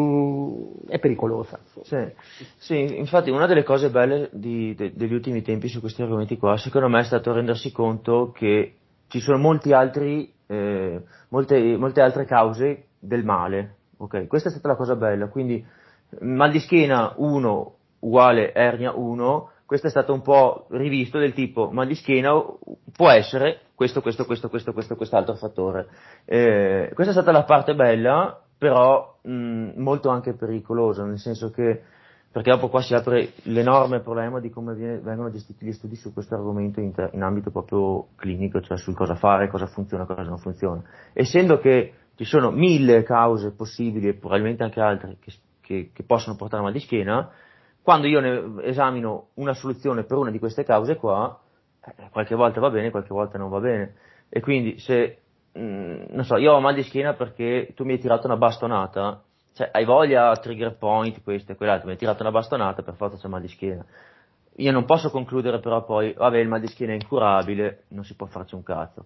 non è pericolosa. Sì, sì, infatti una delle cose belle di, de, degli ultimi tempi su questi argomenti qua, secondo me, è stato rendersi conto che ci sono molti altri, eh, molte, molte altre cause del male, ok? Questa è stata la cosa bella, quindi mal di schiena uno uguale ernia uno, questo è stato un po' rivisto del tipo mal di schiena può essere questo, questo, questo, questo, questo, quest'altro fattore. Eh, questa è stata la parte bella, però mh, molto anche pericolosa, nel senso che, perché dopo qua si apre l'enorme problema di come viene, vengono gestiti gli studi su questo argomento in, ter- in ambito proprio clinico, cioè sul cosa fare, cosa funziona, cosa non funziona. Essendo che ci sono mille cause possibili e probabilmente anche altre che, che, che possono portare a mal di schiena, quando io ne esamino una soluzione per una di queste cause qua, eh, qualche volta va bene, qualche volta non va bene. E quindi se, mh, non so, io ho mal di schiena perché tu mi hai tirato una bastonata, cioè hai voglia trigger point, questo e quell'altro, mi hai tirato una bastonata, per forza c'è mal di schiena. Io non posso concludere però poi, vabbè, il mal di schiena è incurabile, non si può farci un cazzo.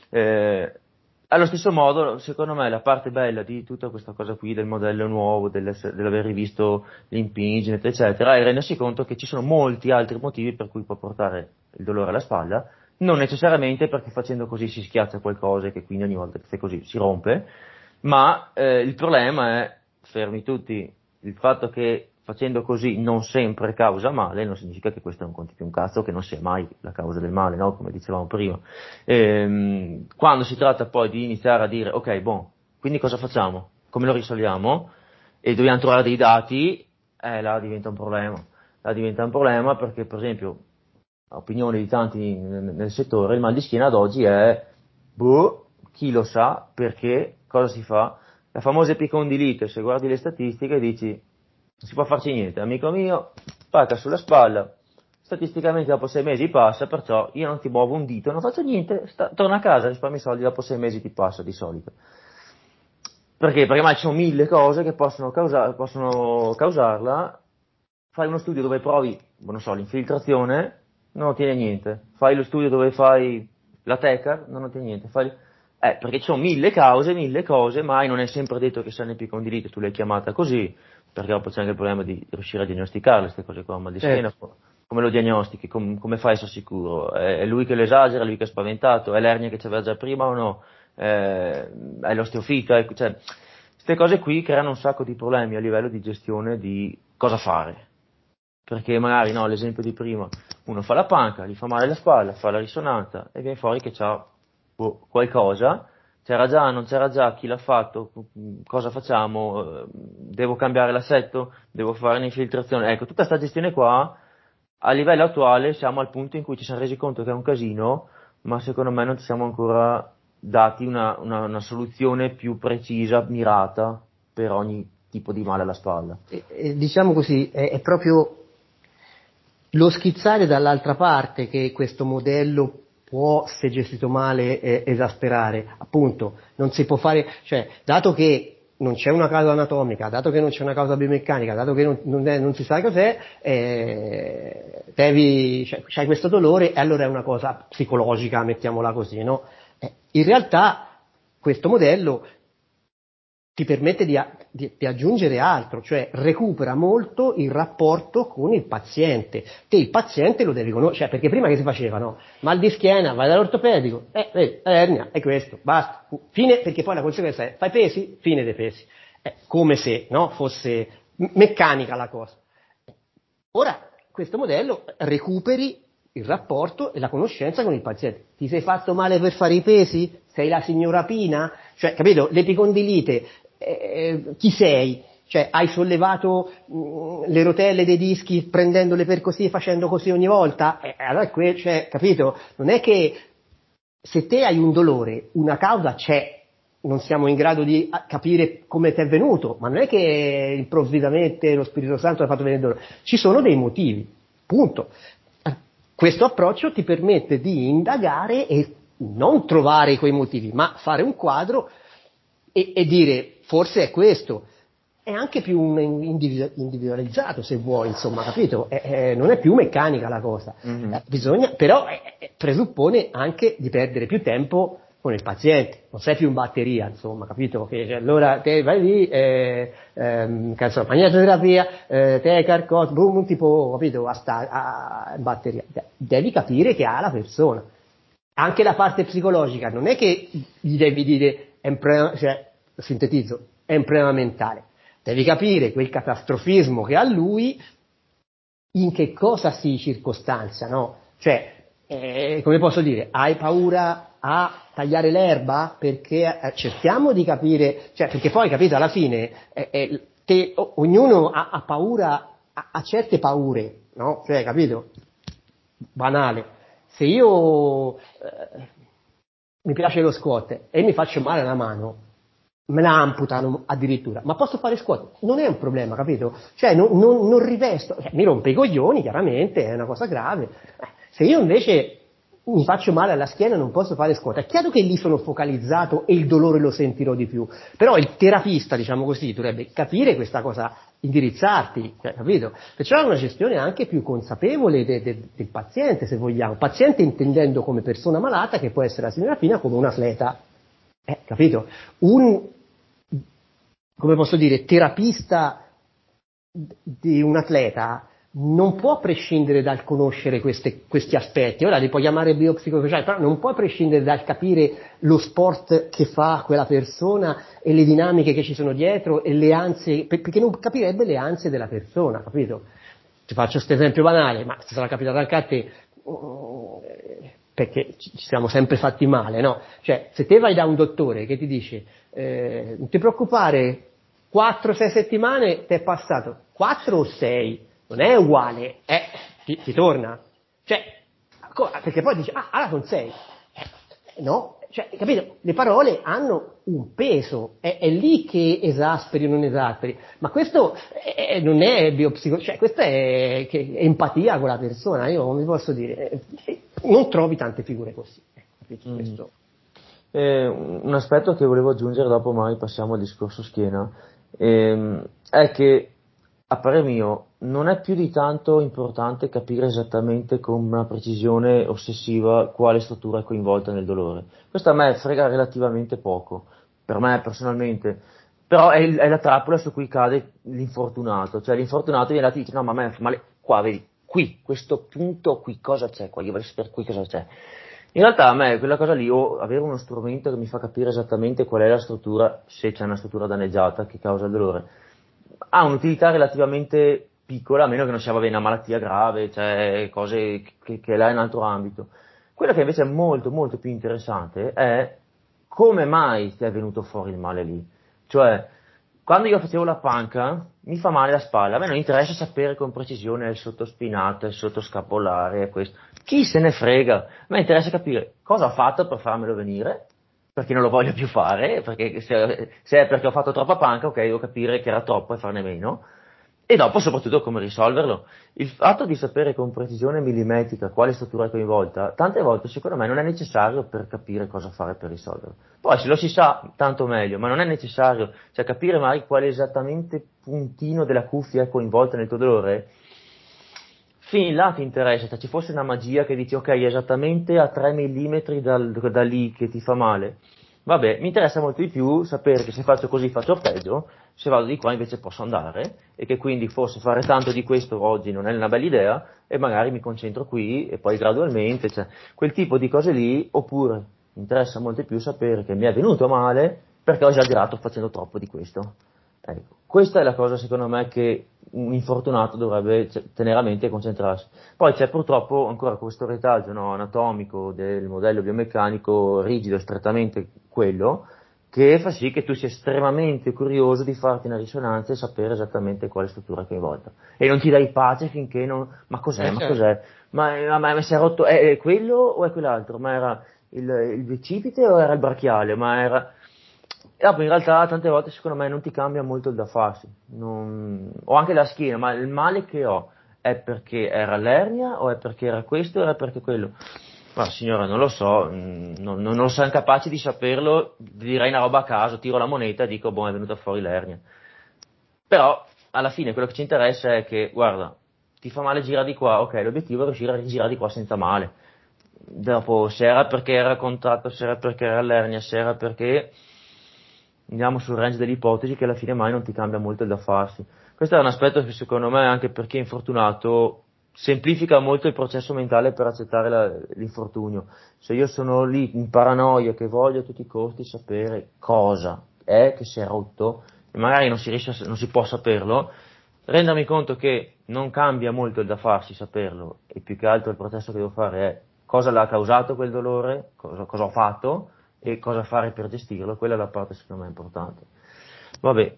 Eh, allo stesso modo, secondo me, la parte bella di tutta questa cosa qui, del modello nuovo, dell'aver rivisto l'impingement, eccetera, è rendersi conto che ci sono molti altri motivi per cui può portare il dolore alla spalla, non necessariamente perché facendo così si schiaccia qualcosa e che quindi ogni volta che fai così si rompe, ma eh, il problema è, fermi tutti, il fatto che facendo così non sempre causa male, non significa che questo non conti più un cazzo, che non sia mai la causa del male, no? Come dicevamo prima. Ehm, quando si tratta poi di iniziare a dire, ok, bon, quindi cosa facciamo? Come lo risolviamo? E dobbiamo trovare dei dati, eh, là diventa un problema. Là diventa un problema perché, per esempio, opinione di tanti nel, nel settore, il mal di schiena ad oggi è, boh, chi lo sa, perché, cosa si fa? La famosa epicondilite, se guardi le statistiche dici, non si può farci niente, amico mio, pacca sulla spalla, statisticamente dopo sei mesi passa, perciò io non ti muovo un dito, non faccio niente, sta, torna a casa, risparmi soldi, dopo sei mesi ti passa di solito. Perché? Perché mai ci sono mille cose che possono, causa, possono causarla, fai uno studio dove provi, non so, l'infiltrazione, non ottieni niente, fai lo studio dove fai la tecar, non ottieni niente, fai... Eh, perché ci sono mille cause, mille cose, mai non è sempre detto che sia un'epicondilite, tu l'hai chiamata così, perché dopo c'è anche il problema di riuscire a diagnosticarle, queste cose qua, mal di schiena, Certo. come lo diagnostichi, com- come fai a essere sicuro? È, è lui che lo esagera, è lui che è spaventato, è l'ernia che c'aveva già prima o no? Eh, è l'osteofita, è- cioè, queste cose qui creano un sacco di problemi a livello di gestione di cosa fare. Perché magari, no, l'esempio di prima, uno fa la panca, gli fa male la spalla, fa la risonanza e viene fuori che c'ha boh, qualcosa, c'era già, non c'era già, chi l'ha fatto, cosa facciamo, eh, devo cambiare l'assetto, devo fare un'infiltrazione, ecco, tutta questa gestione qua, a livello attuale siamo al punto in cui ci siamo resi conto che è un casino, ma secondo me non ci siamo ancora dati una, una, una soluzione più precisa, mirata per ogni tipo di male alla spalla. E, e, diciamo così, è, è proprio lo schizzare dall'altra parte che questo modello può, se gestito male, eh, esasperare. Appunto, non si può fare, cioè, dato che non c'è una causa anatomica, dato che non c'è una causa biomeccanica, dato che non, non, è, non si sa cos'è, eh, devi, cioè, c'hai questo dolore e allora è una cosa psicologica, mettiamola così, no? Eh, in realtà questo modello ti permette di, a- di- di aggiungere altro, cioè recupera molto il rapporto con il paziente. Te il paziente lo devi conoscere, cioè, perché prima che si faceva, no? Mal di schiena, vai dall'ortopedico, eh, vedi, ernia, è questo, basta. Fine, perché poi la conseguenza è, fai pesi, fine dei pesi. È come se, no, fosse m- meccanica la cosa. Ora, questo modello recuperi il rapporto e la conoscenza con il paziente. Ti sei fatto male per fare i pesi? Sei la signora Pina? Cioè, capito? L'epicondilite, eh, chi sei? Cioè, hai sollevato mh, le rotelle dei dischi prendendole per così e facendo così ogni volta? Eh, allora, que- cioè, capito? Non è che se te hai un dolore, una causa c'è, non siamo in grado di capire come ti è venuto, ma non è che improvvisamente lo Spirito Santo ha fatto venire il dolore, ci sono dei motivi, punto. questo approccio ti permette di indagare e non trovare quei motivi, ma fare un quadro e, e dire forse è questo. È anche più individualizzato, se vuoi, insomma, capito? È, è, non è più meccanica la cosa. Mm-hmm. Eh, bisogna, però eh, presuppone anche di perdere più tempo con il paziente, non sei più in batteria, insomma, capito? Che, cioè, allora te vai lì, eh, ehm, magnetoterapia, eh, te carcos, boom, tipo, capito, a sta, a, in batteria. Devi capire che ha la persona. Anche la parte psicologica, non è che gli devi dire, è un problema, cioè, sintetizzo, è un problema mentale. Devi capire quel catastrofismo che ha lui, in che cosa si circostanzia, no? Cioè, eh, come posso dire, hai paura a tagliare l'erba? Perché eh, cerchiamo di capire, cioè, perché poi, capito, alla fine, eh, eh, te, o, ognuno ha, ha paura, ha, ha certe paure, no? Cioè, capito? Banale. Se io eh, mi piace lo squat e mi faccio male alla mano, me la amputano addirittura, ma posso fare squat? Non è un problema, capito? Cioè non, non, non rivesto, cioè, mi rompe i coglioni, chiaramente, è una cosa grave. Eh, se io invece mi faccio male alla schiena e non posso fare squat, è chiaro che lì sono focalizzato e il dolore lo sentirò di più, però il terapista, diciamo così, dovrebbe capire questa cosa, indirizzarti, cioè, capito? Perciò è una gestione anche più consapevole de, de, del paziente, se vogliamo, paziente intendendo come persona malata che può essere la signora Pina come un atleta, eh, capito? Un, come posso dire, terapista di un atleta non può prescindere dal conoscere queste, questi aspetti. Ora li puoi chiamare biopsicosociali, però non può prescindere dal capire lo sport che fa quella persona e le dinamiche che ci sono dietro e le ansie, perché non capirebbe le ansie della persona, capito? Ti faccio questo esempio banale, ma se sarà capitato anche a te, perché ci siamo sempre fatti male, no? Cioè, se te vai da un dottore che ti dice eh, non ti preoccupare, quattro sei settimane ti è passato, quattro o sei non è uguale, eh, ti, ti torna, cioè, perché poi dici, ah, allora sono sei, eh, no, cioè, capito, le parole hanno un peso, è, è lì che esasperi o non esasperi, ma questo è, non è biopsicologia, cioè, questa è, che, è empatia con la persona, io come posso dire, eh, non trovi tante figure così, eh, capito, mm. questo. Eh, un aspetto che volevo aggiungere, dopo magari passiamo al discorso schiena, ehm, è che a parer mio non è più di tanto importante capire esattamente con una precisione ossessiva quale struttura è coinvolta nel dolore. Questo a me frega relativamente poco, per me personalmente, però è, il, è la trappola su cui cade l'infortunato, cioè l'infortunato viene dato e dice no ma a me fa male qua, vedi, qui, questo punto qui, cosa c'è qua, io voglio sapere qui cosa c'è. In realtà a me quella cosa lì, o avere uno strumento che mi fa capire esattamente qual è la struttura, se c'è una struttura danneggiata che causa il dolore, ha un'utilità relativamente piccola, a meno che non sia vabbè, una malattia grave, cioè cose che, che là in altro ambito. Quello che invece è molto molto più interessante è come mai ti è venuto fuori il male lì. Cioè, quando io facevo la panca, mi fa male la spalla, a me non interessa sapere con precisione il sottospinato, il sottoscapolare, questo. Chi se ne frega? A me interessa capire cosa ho fatto per farmelo venire, perché non lo voglio più fare, perché se, se è perché ho fatto troppa panca, ok, devo capire che era troppo e farne meno, e dopo soprattutto come risolverlo. Il fatto di sapere con precisione millimetrica quale struttura è coinvolta, tante volte secondo me non è necessario per capire cosa fare per risolverlo. Poi se lo si sa, tanto meglio, ma non è necessario, cioè capire magari quale esattamente puntino della cuffia è coinvolta nel tuo dolore, fin là ti interessa, se ci fosse una magia che dici ok, esattamente a tre millimetri dal, da lì che ti fa male, vabbè, mi interessa molto di più sapere che se faccio così faccio peggio, se vado di qua invece posso andare, e che quindi forse fare tanto di questo oggi non è una bella idea, e magari mi concentro qui, e poi gradualmente, cioè, quel tipo di cose lì, oppure mi interessa molto di più sapere che mi è venuto male perché ho esagerato facendo troppo di questo. Ecco, questa è la cosa secondo me che un infortunato dovrebbe tenere a mente e concentrarsi. Poi c'è purtroppo ancora questo retaggio, no, anatomico del modello biomeccanico rigido, strettamente quello, che fa sì che tu sia estremamente curioso di farti una risonanza e sapere esattamente quale struttura è coinvolta. E non ti dai pace finché non... Ma cos'è? Eh, ma certo. cos'è? Ma, ma, ma si è rotto... È, è quello o è quell'altro? Ma era il, il bicipite o era il brachiale? Ma era... E dopo in realtà tante volte secondo me non ti cambia molto il da farsi, non... o anche la schiena, ma il male che ho è perché era l'ernia o è perché era questo o era perché quello? Ma signora, non lo so, non, non, non sono capace di saperlo, direi una roba a caso, tiro la moneta e dico, boh, è venuta fuori l'ernia. Però, alla fine, quello che ci interessa è che, guarda, ti fa male girare di qua, ok, l'obiettivo è riuscire a girare di qua senza male. Dopo, se era perché era contratto, se era perché era l'ernia, se era perché andiamo sul range delle ipotesi che alla fine mai non ti cambia molto il da farsi. Questo è un aspetto che secondo me anche per chi è infortunato semplifica molto il processo mentale per accettare la, l'infortunio. Se io sono lì in paranoia che voglio a tutti i costi sapere cosa è che si è rotto e magari non si riesce a, non si può saperlo, rendermi conto che non cambia molto il da farsi saperlo e più che altro il processo che devo fare è cosa l'ha causato quel dolore, cosa, cosa ho fatto e cosa fare per gestirlo, quella è la parte secondo me importante. Vabbè,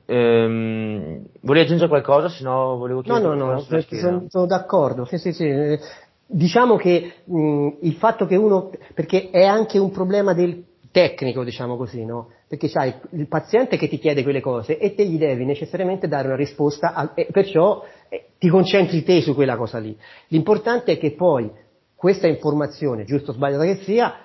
ehm, volevi aggiungere qualcosa, se no volevo No, no, chiederti no, sulla schiena. sono, sono d'accordo, sì, sì, sì. Eh, Diciamo che mh, il fatto che uno, perché è anche un problema del tecnico, diciamo così, no? Perché sai, il paziente che ti chiede quelle cose e te gli devi necessariamente dare una risposta, a, e perciò eh, ti concentri te su quella cosa lì. L'importante è che poi questa informazione, giusto o sbagliata che sia,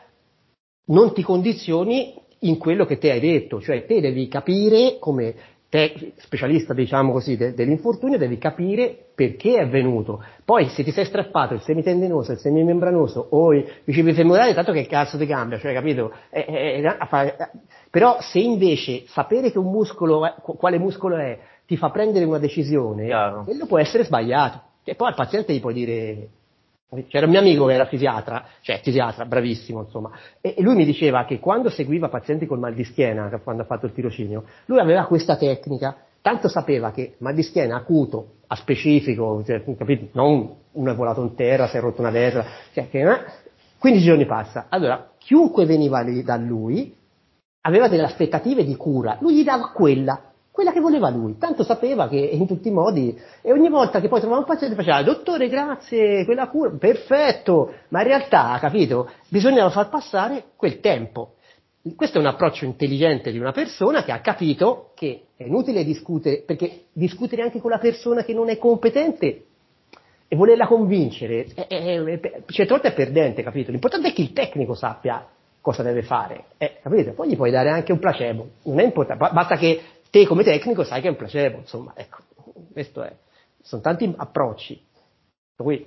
non ti condizioni in quello che te hai detto, cioè te devi capire come te, specialista diciamo così de, dell'infortunio, devi capire perché è avvenuto. Poi se ti sei strappato il semitendinoso, il semimembranoso o i bicipiti femorali, tanto che cazzo ti cambia, cioè capito? Eh, eh, eh, però se invece sapere che un muscolo, è, quale muscolo è, ti fa prendere una decisione, Chiaro. quello può essere sbagliato. E poi al paziente gli puoi dire. C'era un mio amico che era fisiatra, cioè fisiatra, bravissimo insomma, e lui mi diceva che quando seguiva pazienti col mal di schiena, quando ha fatto il tirocinio, lui aveva questa tecnica, tanto sapeva che mal di schiena acuto, a specifico, cioè, capito? Non uno è volato in terra, si è rotto una vertebra, cioè che eh, quindici giorni passa. Allora, chiunque veniva lì da lui aveva delle aspettative di cura, lui gli dava quella, quella che voleva lui, tanto sapeva che in tutti i modi, e ogni volta che poi trovava un paziente faceva, dottore grazie, quella cura, perfetto, ma in realtà, capito, bisognava far passare quel tempo. Questo è un approccio intelligente di una persona che ha capito che è inutile discutere, perché discutere anche con la persona che non è competente e volerla convincere, è, è, è, certe volte è perdente, capito? L'importante è che il tecnico sappia cosa deve fare, eh, capito? Poi gli puoi dare anche un placebo, non è importante, basta che te come tecnico sai che è un placebo, insomma, ecco, questo è, sono tanti approcci. Qui.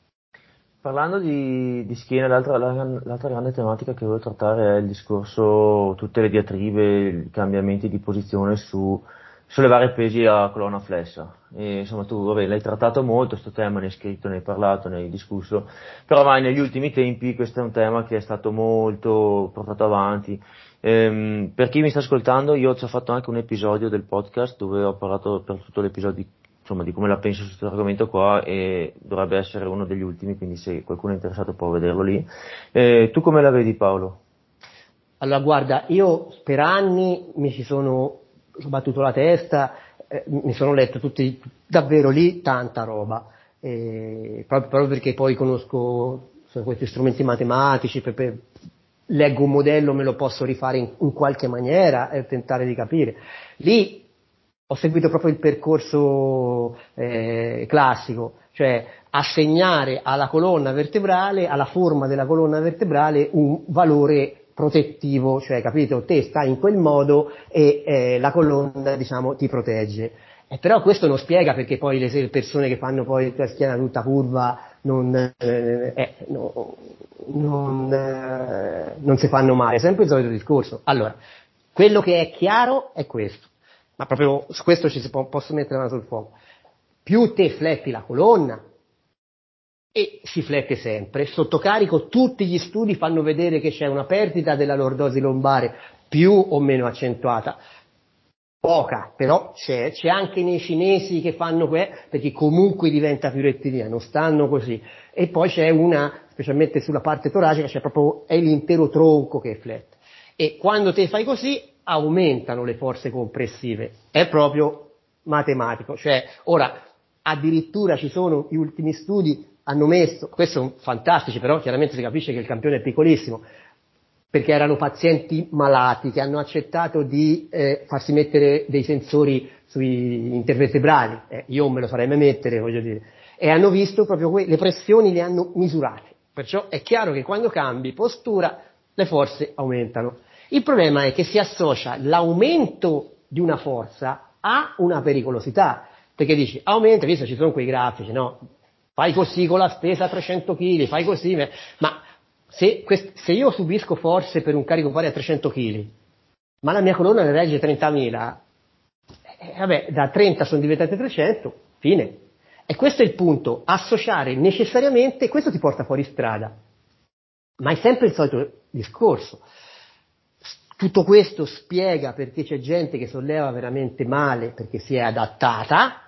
Parlando di, di schiena, l'altra, la- l'altra grande tematica che volevo trattare è il discorso, tutte le diatribe, i cambiamenti di posizione su sollevare pesi a colonna flessa. E, insomma, tu vabbè, l'hai trattato molto, questo tema, ne hai scritto, ne hai parlato, ne hai discusso, però mai negli ultimi tempi questo è un tema che è stato molto portato avanti. Ehm, per chi mi sta ascoltando, io ho già fatto anche un episodio del podcast dove ho parlato per tutto l'episodio di, insomma, di come la penso su questo argomento qua e dovrebbe essere uno degli ultimi, quindi se qualcuno è interessato può vederlo lì. Eh, tu come la vedi, Paolo? Allora, guarda, io per anni mi ci sono sbattuto la testa, eh, mi sono letto tutti, davvero lì, tanta roba, eh, proprio, proprio perché poi conosco sono questi strumenti matematici, per, per, leggo un modello, me lo posso rifare in, in qualche maniera e tentare di capire. Lì ho seguito proprio il percorso eh, classico, cioè assegnare alla colonna vertebrale, alla forma della colonna vertebrale un valore protettivo, cioè capito, te stai in quel modo e eh, la colonna diciamo ti protegge. Eh, però questo non spiega perché poi le persone che fanno poi la schiena tutta curva non, eh, eh, no, non, eh, non si fanno male, è sempre il solito discorso. Allora, quello che è chiaro è questo, ma proprio su questo ci si può, posso mettere la mano sul fuoco. Più te fletti la colonna, e si flette sempre, sotto carico tutti gli studi fanno vedere che c'è una perdita della lordosi lombare più o meno accentuata, poca, però c'è, c'è anche nei cinesi che fanno que, perché comunque diventa più rettilinea, non stanno così, e poi c'è una, specialmente sulla parte toracica, c'è proprio, è l'intero tronco che flette, e quando te fai così aumentano le forze compressive, è proprio matematico, cioè ora addirittura ci sono gli ultimi studi hanno messo, questi sono fantastici, però chiaramente si capisce che il campione è piccolissimo, perché erano pazienti malati che hanno accettato di eh, farsi mettere dei sensori sui intervertebrali, eh, io me lo farei mai mettere, voglio dire, e hanno visto proprio que- le pressioni le hanno misurate. Perciò è chiaro che quando cambi postura le forze aumentano. Il problema è che si associa l'aumento di una forza a una pericolosità, perché dici aumenta, visto ci sono quei grafici, no? Fai così con la stesa a trecento chili, fai così, ma se, quest- se io subisco forze per un carico pari a trecento chili, ma la mia colonna ne regge trentamila, eh, vabbè, da trenta sono diventate trecento, fine. E questo è il punto, associare necessariamente, questo ti porta fuori strada, ma è sempre il solito discorso. Tutto questo spiega perché c'è gente che solleva veramente male perché si è adattata,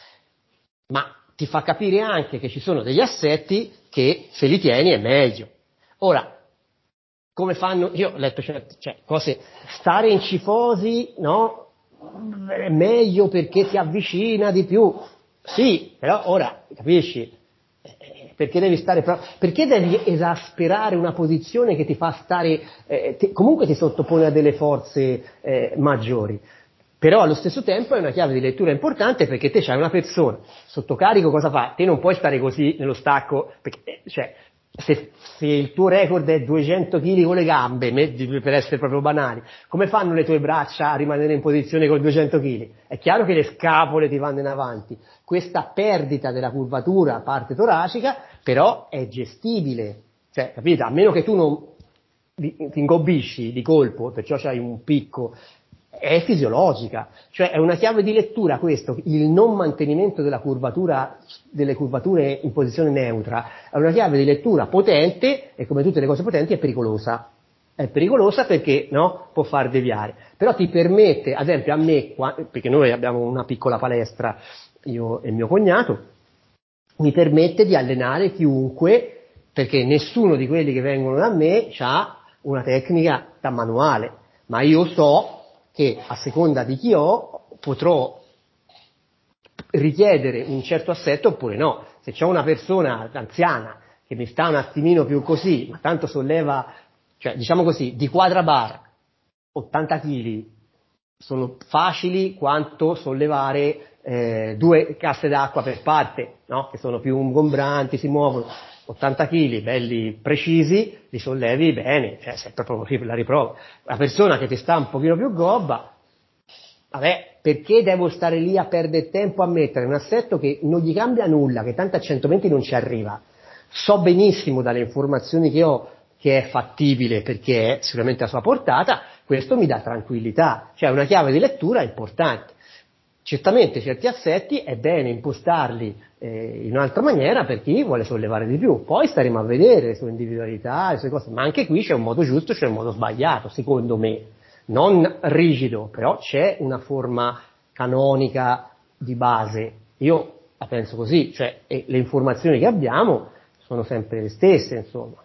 ma ti fa capire anche che ci sono degli assetti che se li tieni è meglio. Ora, come fanno? Io ho letto certe, cioè, cose, stare in cifosi, no? È meglio perché ti avvicina di più. Sì, però ora, capisci? Perché devi stare pro- perché devi esasperare una posizione che ti fa stare eh, ti, comunque ti sottopone a delle forze eh, maggiori, però allo stesso tempo è una chiave di lettura importante perché te c'hai una persona sotto carico, cosa fa? Te non puoi stare così nello stacco perché, cioè, se, se il tuo record è duecento chili con le gambe, per essere proprio banali, come fanno le tue braccia a rimanere in posizione con duecento chili? È chiaro che le scapole ti vanno in avanti. Questa perdita della curvatura parte toracica però è gestibile, cioè, capite? A meno che tu non ti ingobbisci di colpo, perciò c'hai un picco, è fisiologica, cioè è una chiave di lettura questo, il non mantenimento della curvatura, delle curvature in posizione neutra, è una chiave di lettura potente e come tutte le cose potenti è pericolosa. È pericolosa perché no, può far deviare, però ti permette, ad esempio a me, perché noi abbiamo una piccola palestra, io e mio cognato, mi permette di allenare chiunque, perché nessuno di quelli che vengono da me ha una tecnica da manuale, ma io so che a seconda di chi ho potrò richiedere un certo assetto oppure no. Se c'è una persona anziana che mi sta un attimino più così, ma tanto solleva, cioè diciamo così, di quadrabar ottanta chili sono facili quanto sollevare eh, due casse d'acqua per parte, no? Che sono più ingombranti, si muovono. ottanta chili belli precisi, li sollevi bene, cioè se proprio così la riprova. La persona che ti sta un pochino più gobba, vabbè, perché devo stare lì a perdere tempo a mettere un assetto che non gli cambia nulla, che tanto a centoventi non ci arriva. So benissimo dalle informazioni che ho che è fattibile perché è sicuramente a sua portata, questo mi dà tranquillità, cioè una chiave di lettura importante. Certamente certi assetti è bene impostarli eh, in un'altra maniera per chi vuole sollevare di più, poi staremo a vedere le sue individualità, le sue cose, ma anche qui c'è un modo giusto, c'è un modo sbagliato, secondo me, non rigido, però c'è una forma canonica di base, io la penso così, cioè e le informazioni che abbiamo sono sempre le stesse, insomma.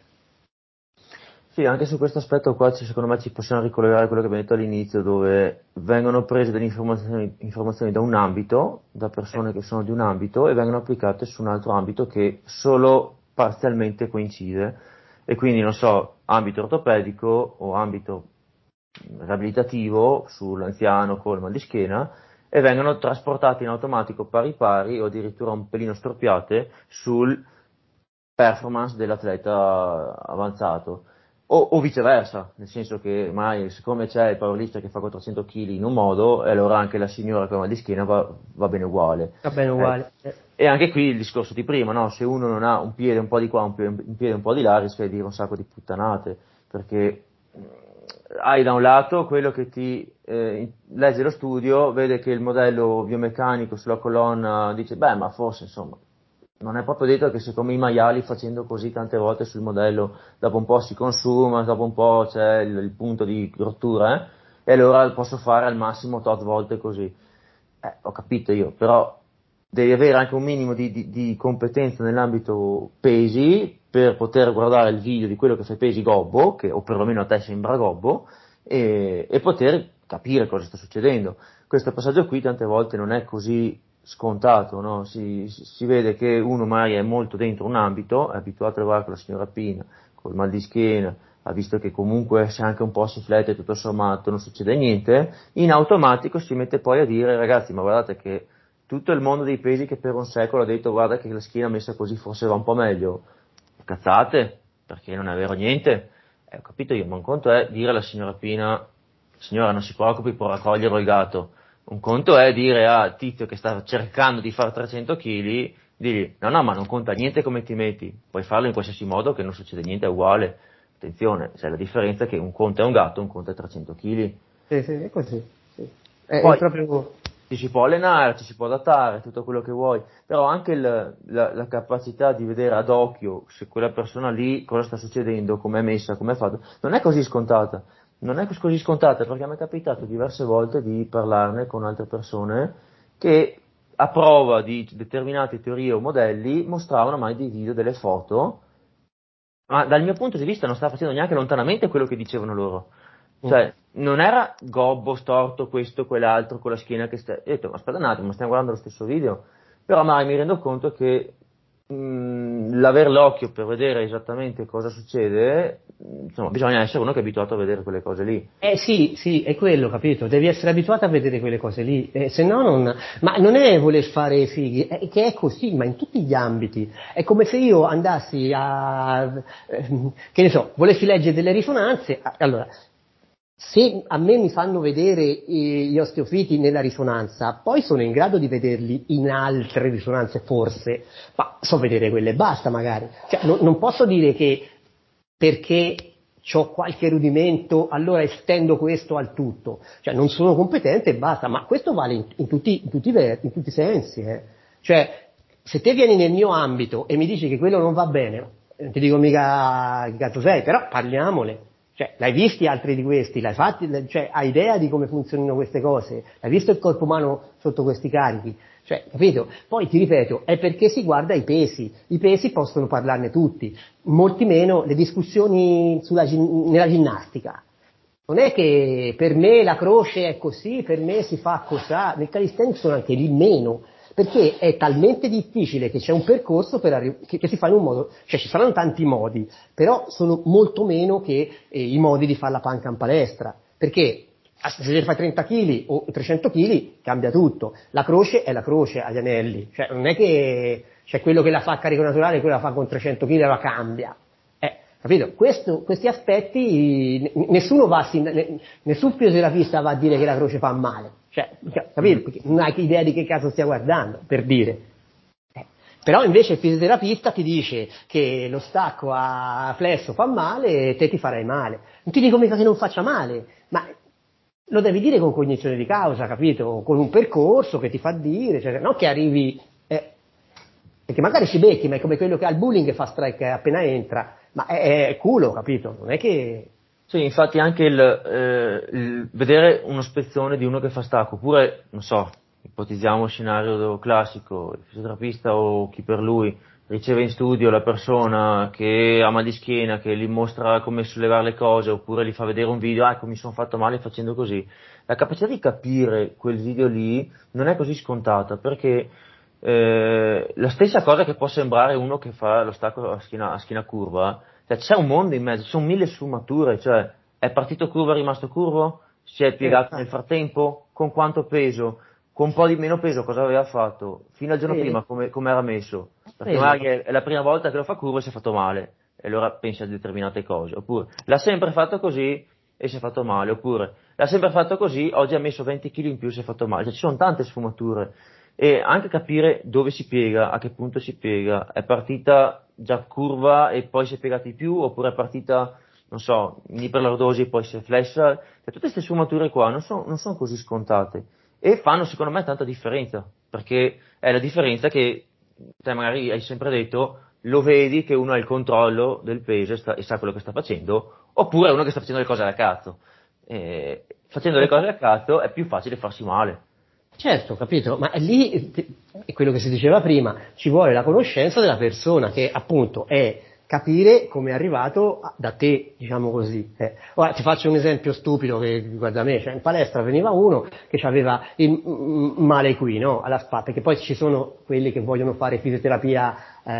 Sì, anche su questo aspetto qua ci- secondo me ci possiamo ricollegare a quello che abbiamo detto all'inizio, dove vengono prese delle informazioni, informazioni da un ambito, da persone che sono di un ambito, e vengono applicate su un altro ambito che solo parzialmente coincide. E quindi, non so, ambito ortopedico o ambito riabilitativo sull'anziano col mal di schiena, e vengono trasportate in automatico pari pari o addirittura un pelino storpiate sul performance dell'atleta avanzato. O, o viceversa, nel senso che magari siccome c'è il powerlifter che fa quattrocento chili in un modo, e allora anche la signora che ha mal di schiena va, va bene uguale. Va bene Eh, uguale. e anche qui il discorso di prima, no? Se uno non ha un piede un po' di qua, un piede un, piede un po' di là, rischia di dire un sacco di puttanate, perché mh, hai da un lato quello che ti eh, legge lo studio, vede che il modello biomeccanico sulla colonna dice, beh, ma forse insomma non è proprio detto che se come i maiali facendo così tante volte sul modello dopo un po' si consuma, dopo un po' c'è il, il punto di rottura, eh? E allora posso fare al massimo tot volte così. Eh, ho capito io, però devi avere anche un minimo di, di, di competenza nell'ambito pesi per poter guardare il video di quello che fai pesi gobbo, che, o perlomeno a te sembra gobbo, e, e poter capire cosa sta succedendo. Questo passaggio qui tante volte non è così scontato, no? Si, si, si vede che uno magari è molto dentro un ambito, è abituato a lavorare con la signora Pina, col mal di schiena, ha visto che comunque se anche un po' si flette tutto sommato non succede niente, in automatico si mette poi a dire ragazzi ma guardate che tutto il mondo dei pesi che per un secolo ha detto guarda che la schiena messa così forse va un po' meglio, cazzate, perché non è vero niente. Eh, ho capito io, ma un conto è dire alla signora Pina, signora non si preoccupi, può raccoglierlo il gatto. Un conto è dire a Tizio che sta cercando di fare trecento chili, digli no no ma non conta niente come ti metti, puoi farlo in qualsiasi modo che non succede niente, è uguale. Attenzione, c'è la differenza che un conto è un gatto, un conto è trecento chili. Sì, sì, è così. Sì. È, è Poi proprio... ci si può allenare, ci si può adattare, tutto quello che vuoi, però anche il- la, la capacità di vedere ad occhio se quella persona lì cosa sta succedendo, com'è messa, com'è fatto, non è così scontata. Non è così scontata perché mi è capitato diverse volte di parlarne con altre persone che a prova di determinate teorie o modelli mostravano mai dei video, delle foto, ma dal mio punto di vista non stava facendo neanche lontanamente quello che dicevano loro. Cioè, non era gobbo, storto, questo, quell'altro, con la schiena che sta... Io ho detto, ma aspetta un attimo, stiamo guardando lo stesso video. Però mai mi rendo conto che mh, l'aver l'occhio per vedere esattamente cosa succede, mh, insomma, bisogna essere uno che è abituato a vedere quelle cose lì. Eh sì, sì, è quello, capito? Devi essere abituato a vedere quelle cose lì, eh, se no non... Ma non è voler fare i fighi, è che è così, ma in tutti gli ambiti. È come se io andassi a... ehm, che ne so, volessi leggere delle risonanze, a- allora, se a me mi fanno vedere i- gli osteofiti nella risonanza, poi sono in grado di vederli in altre risonanze, forse, ma so vedere quelle e basta magari. Cioè, non, non posso dire che perché ho qualche rudimento, allora estendo questo al tutto. Cioè, non sono competente e basta, ma questo vale in, in tutti, in, tutti, i ver- in tutti i sensi. Eh. Cioè, se te vieni nel mio ambito e mi dici che quello non va bene, non ti dico mica che cazzo sei, però parliamole. Cioè, l'hai visti altri di questi? L'hai fatti? Cioè, hai idea di come funzionano queste cose? Hai visto il corpo umano sotto questi carichi? Cioè, capito? Poi ti ripeto, è perché si guarda i pesi. I pesi possono parlarne tutti, molti meno le discussioni sulla, gin- nella ginnastica. Non è che per me la croce è così, per me si fa così, nel calisthenics sono anche lì meno, perché è talmente difficile che c'è un percorso per arri- che, che si fa in un modo, cioè ci saranno tanti modi, però sono molto meno che eh, i modi di fare la panca in palestra, perché ah, se fai trenta chili o trecento chili cambia tutto, la croce è la croce agli anelli, cioè non è che c'è quello che la fa a carico naturale e quello che la fa con trecento chili e la cambia. Eh, capito? Questo, questi aspetti, n- nessuno va a, sin- ne- nessun fisioterapista va a dire che la croce fa male, cioè, capito? Perché non hai idea di che caso stia guardando, per dire. Eh, Però invece il fisioterapista ti dice che lo stacco a flesso fa male e te ti farai male. Non ti dico mica che non faccia male, ma lo devi dire con cognizione di causa, capito? Con un percorso che ti fa dire, cioè, non che arrivi, eh, perché magari ci becchi, ma è come quello che ha il bullying e fa strike appena entra, ma è, è culo, capito? Non è che... Sì, infatti anche il, eh, il vedere uno spezzone di uno che fa stacco, oppure, non so, ipotizziamo scenario classico, il fisioterapista o chi per lui riceve in studio la persona che ha mal di schiena, che gli mostra come sollevare le cose, oppure gli fa vedere un video, ah, ecco mi sono fatto male facendo così. La capacità di capire quel video lì non è così scontata, perché eh, la stessa cosa che può sembrare uno che fa lo stacco a schiena, a schiena curva, cioè, c'è un mondo in mezzo, ci sono mille sfumature, cioè è partito curvo, è rimasto curvo, si è Eh, piegato nel frattempo, con quanto peso, con un po' di meno peso cosa aveva fatto, fino al giorno eh, prima come, come era messo, perché quello, magari è, è la prima volta che lo fa curvo e si è fatto male, e allora pensa a determinate cose, oppure l'ha sempre fatto così e si è fatto male, oppure l'ha sempre fatto così, oggi ha messo venti chili in più e si è fatto male, cioè ci sono tante sfumature, e anche capire dove si piega, a che punto si piega, è partita già curva e poi si è piegata di più, oppure è partita, non so, in iperlordosi e poi si è flessa, cioè, tutte queste sfumature qua non sono, non sono così scontate e fanno secondo me tanta differenza, perché è la differenza che te magari hai sempre detto, lo vedi che uno ha il controllo del peso e, sta- e sa quello che sta facendo, oppure è uno che sta facendo le cose alla cazzo. E facendo le cose a cazzo è più facile farsi male. certo, capito, ma lì è quello che si diceva prima, ci vuole la conoscenza della persona, che appunto è capire come è arrivato a- da te, diciamo così. eh. Ora ti faccio un esempio stupido che riguarda me, cioè in palestra veniva uno che aveva il mm, male qui, no? Alla spalla, perché poi ci sono quelli che vogliono fare fisioterapia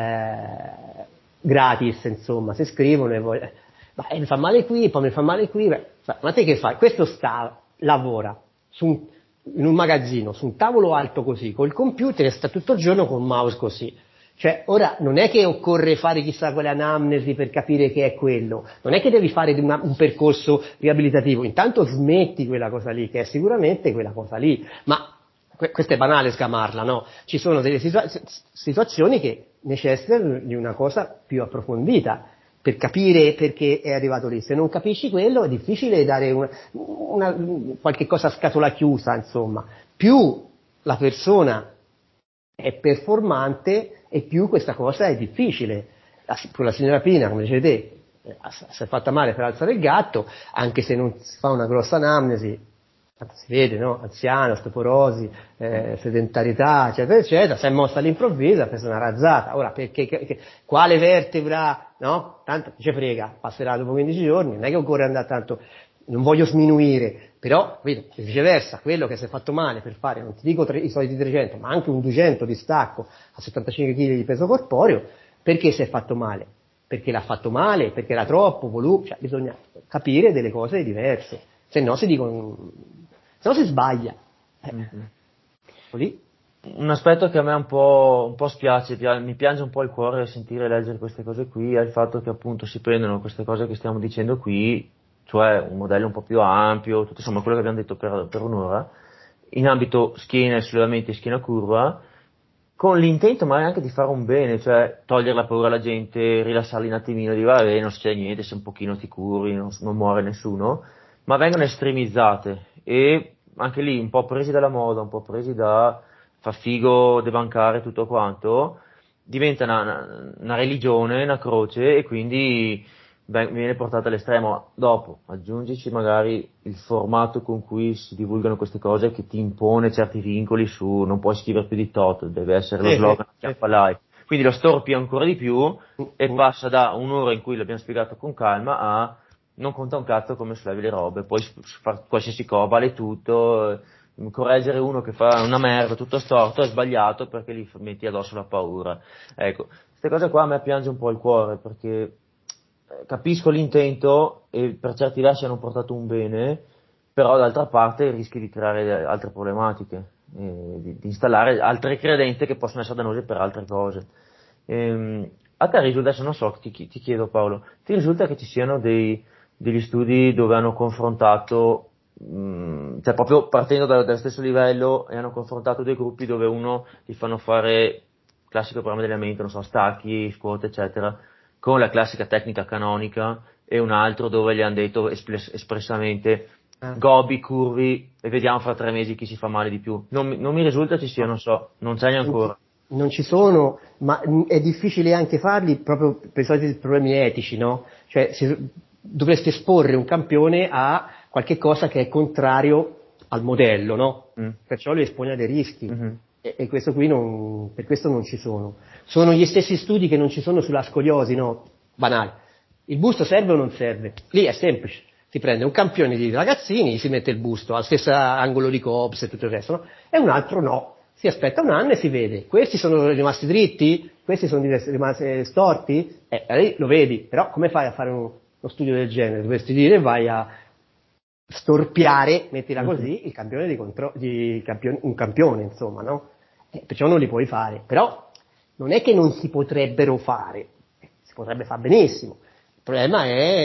eh, gratis, insomma, si scrivono e vogliono... Ma eh, mi fa male qui, poi mi fa male qui, beh, ma te che fai? Questo sta, lavora su un in un magazzino, su un tavolo alto così, col computer e sta tutto il giorno con un mouse così. Cioè, ora non è che occorre fare chissà quale anamnesi per capire che è quello, non è che devi fare una, un percorso riabilitativo, intanto smetti quella cosa lì, che è sicuramente quella cosa lì, ma que- questo è banale scamarla, no? Ci sono delle situa- situazioni che necessitano di una cosa più approfondita per capire perché è arrivato lì. Se non capisci quello è difficile dare una, una, qualche cosa a scatola chiusa, insomma. Più la persona è performante e più questa cosa è difficile. La, con la signora Pina, come dicevi te, eh, si è fatta male per alzare il gatto, anche se non si fa una grossa anamnesi, si vede, no? Anziana, osteoporosi, eh, sedentarietà, eccetera, eccetera, si è mossa all'improvviso, ha preso una razzata. Ora, perché, che, che, quale vertebra, no? Tanto ci frega, passerà dopo quindici giorni, non è che occorre andare tanto, non voglio sminuire, però, vedi, viceversa, quello che si è fatto male per fare, non ti dico tre, i soliti trecento, ma anche un duecento di stacco a settantacinque chili di peso corporeo, perché si è fatto male? Perché l'ha fatto male, perché era troppo volume, cioè bisogna capire delle cose diverse, se no si dicono, se no si sbaglia. Eh. Mm-hmm. Lì. Un aspetto che a me un po', un po' spiace, mi piange un po' il cuore sentire e leggere queste cose qui, è il fatto che appunto si prendono queste cose che stiamo dicendo qui, cioè un modello un po' più ampio, tutto insomma quello che abbiamo detto per, per un'ora, in ambito schiena e sollevamenti e schiena curva, con l'intento magari anche di fare un bene, cioè togliere la paura alla gente, rilassarli un attimino, dire va bene, non succede niente, se un pochino ti curi, non, non muore nessuno, ma vengono estremizzate e anche lì un po' presi dalla moda, un po' presi da fa figo debancare tutto quanto, diventa una, una, una religione, una croce e quindi beh, viene portata all'estremo. Dopo aggiungici magari il formato con cui si divulgano queste cose che ti impone certi vincoli su non puoi scrivere più di tot, deve essere lo Sì, slogan sì, chiappa like. Quindi lo storpi ancora di più e sì. passa da un'ora in cui l'abbiamo spiegato con calma a non conta un cazzo come slavi le robe, puoi fare qualsiasi cosa, vale tutto, eh, correggere uno che fa una merda tutto storto è sbagliato perché gli metti addosso la paura. Ecco, queste cose qua a me piange un po' il cuore perché eh, capisco l'intento e per certi versi hanno portato un bene, però d'altra parte rischi di creare altre problematiche, eh, di, di installare altre credenze che possono essere dannose per altre cose. Ehm, a te risulta, adesso non so, ti, ti chiedo Paolo, ti risulta che ci siano dei, degli studi dove hanno confrontato, mh, cioè proprio partendo da- dallo stesso livello e hanno confrontato due gruppi dove uno gli fanno fare classico programma di allenamento, non so, stacchi, squat, eccetera, con la classica tecnica canonica e un altro dove gli hanno detto espres- espressamente Ah. gobi, curvi e vediamo fra tre mesi chi si fa male di più. Non, mi- non mi risulta ci sia, non so, non c'è Non ci, ancora. non ci sono, ma mh, è difficile anche farli proprio per i soliti problemi etici, no? Cioè, se, dovreste esporre un campione a qualche cosa che è contrario al modello, no? Mm. Perciò li espone a dei rischi. Mhm. E, e questo qui non, per questo non ci sono. Sono gli stessi studi che non ci sono sulla scoliosi, no? Banale. Il busto serve o non serve? Lì è semplice. Si prende un campione di ragazzini, si mette il busto al stesso angolo di Cobbs e tutto il resto, no? E un altro no. Si aspetta un anno e si vede. Questi sono rimasti dritti? Questi sono rimasti storti? Eh, lì lo vedi. Però come fai a fare uno, uno studio del genere? Dovresti dire vai a storpiare, mettila Mhm. così, il campione di, contro- di campione, un campione, insomma, no? Eh, perciò non li puoi fare. Però non è che non si potrebbero fare, si potrebbe fare benissimo. Il problema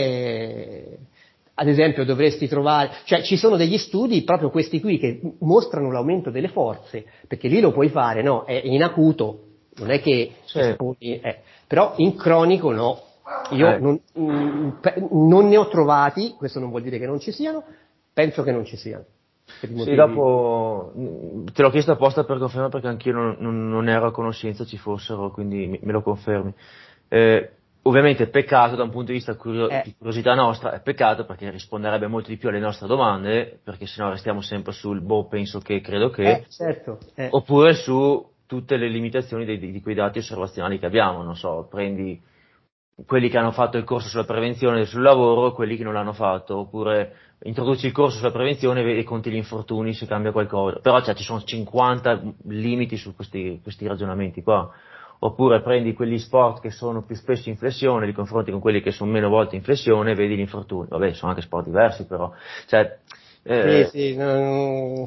è, ad esempio, dovresti trovare, cioè ci sono degli studi, proprio questi qui, che mostrano l'aumento delle forze, perché lì lo puoi fare, no? È in acuto, non è che Sì, esponi, eh. Però in cronico no. Io eh, non, mm, pe- non ne ho trovati, questo non vuol dire che non ci siano, penso che non ci siano, per i sì, motivi. dopo mh, te l'ho chiesto apposta per confermare perché anch'io non, non- non ero a conoscenza ci fossero, quindi mi- me lo confermi. Eh, ovviamente peccato da un punto di vista curio- Eh, di curiosità nostra, è peccato perché risponderebbe molto di più alle nostre domande, perché sennò restiamo sempre sul boh, penso che, credo eh, che, certo, eh. oppure su tutte le limitazioni dei- di quei dati osservazionali che abbiamo, non so, prendi quelli che hanno fatto il corso sulla prevenzione sul lavoro e quelli che non l'hanno fatto, oppure introduci il corso sulla prevenzione e vedi- conti gli infortuni se cambia qualcosa, però cioè, ci sono cinquanta limiti su questi, questi ragionamenti qua, oppure prendi quegli sport che sono più spesso in flessione, li confronti con quelli che sono meno volte in flessione e vedi gli infortuni, vabbè sono anche sport diversi però, cioè, Sì, eh, sì, no,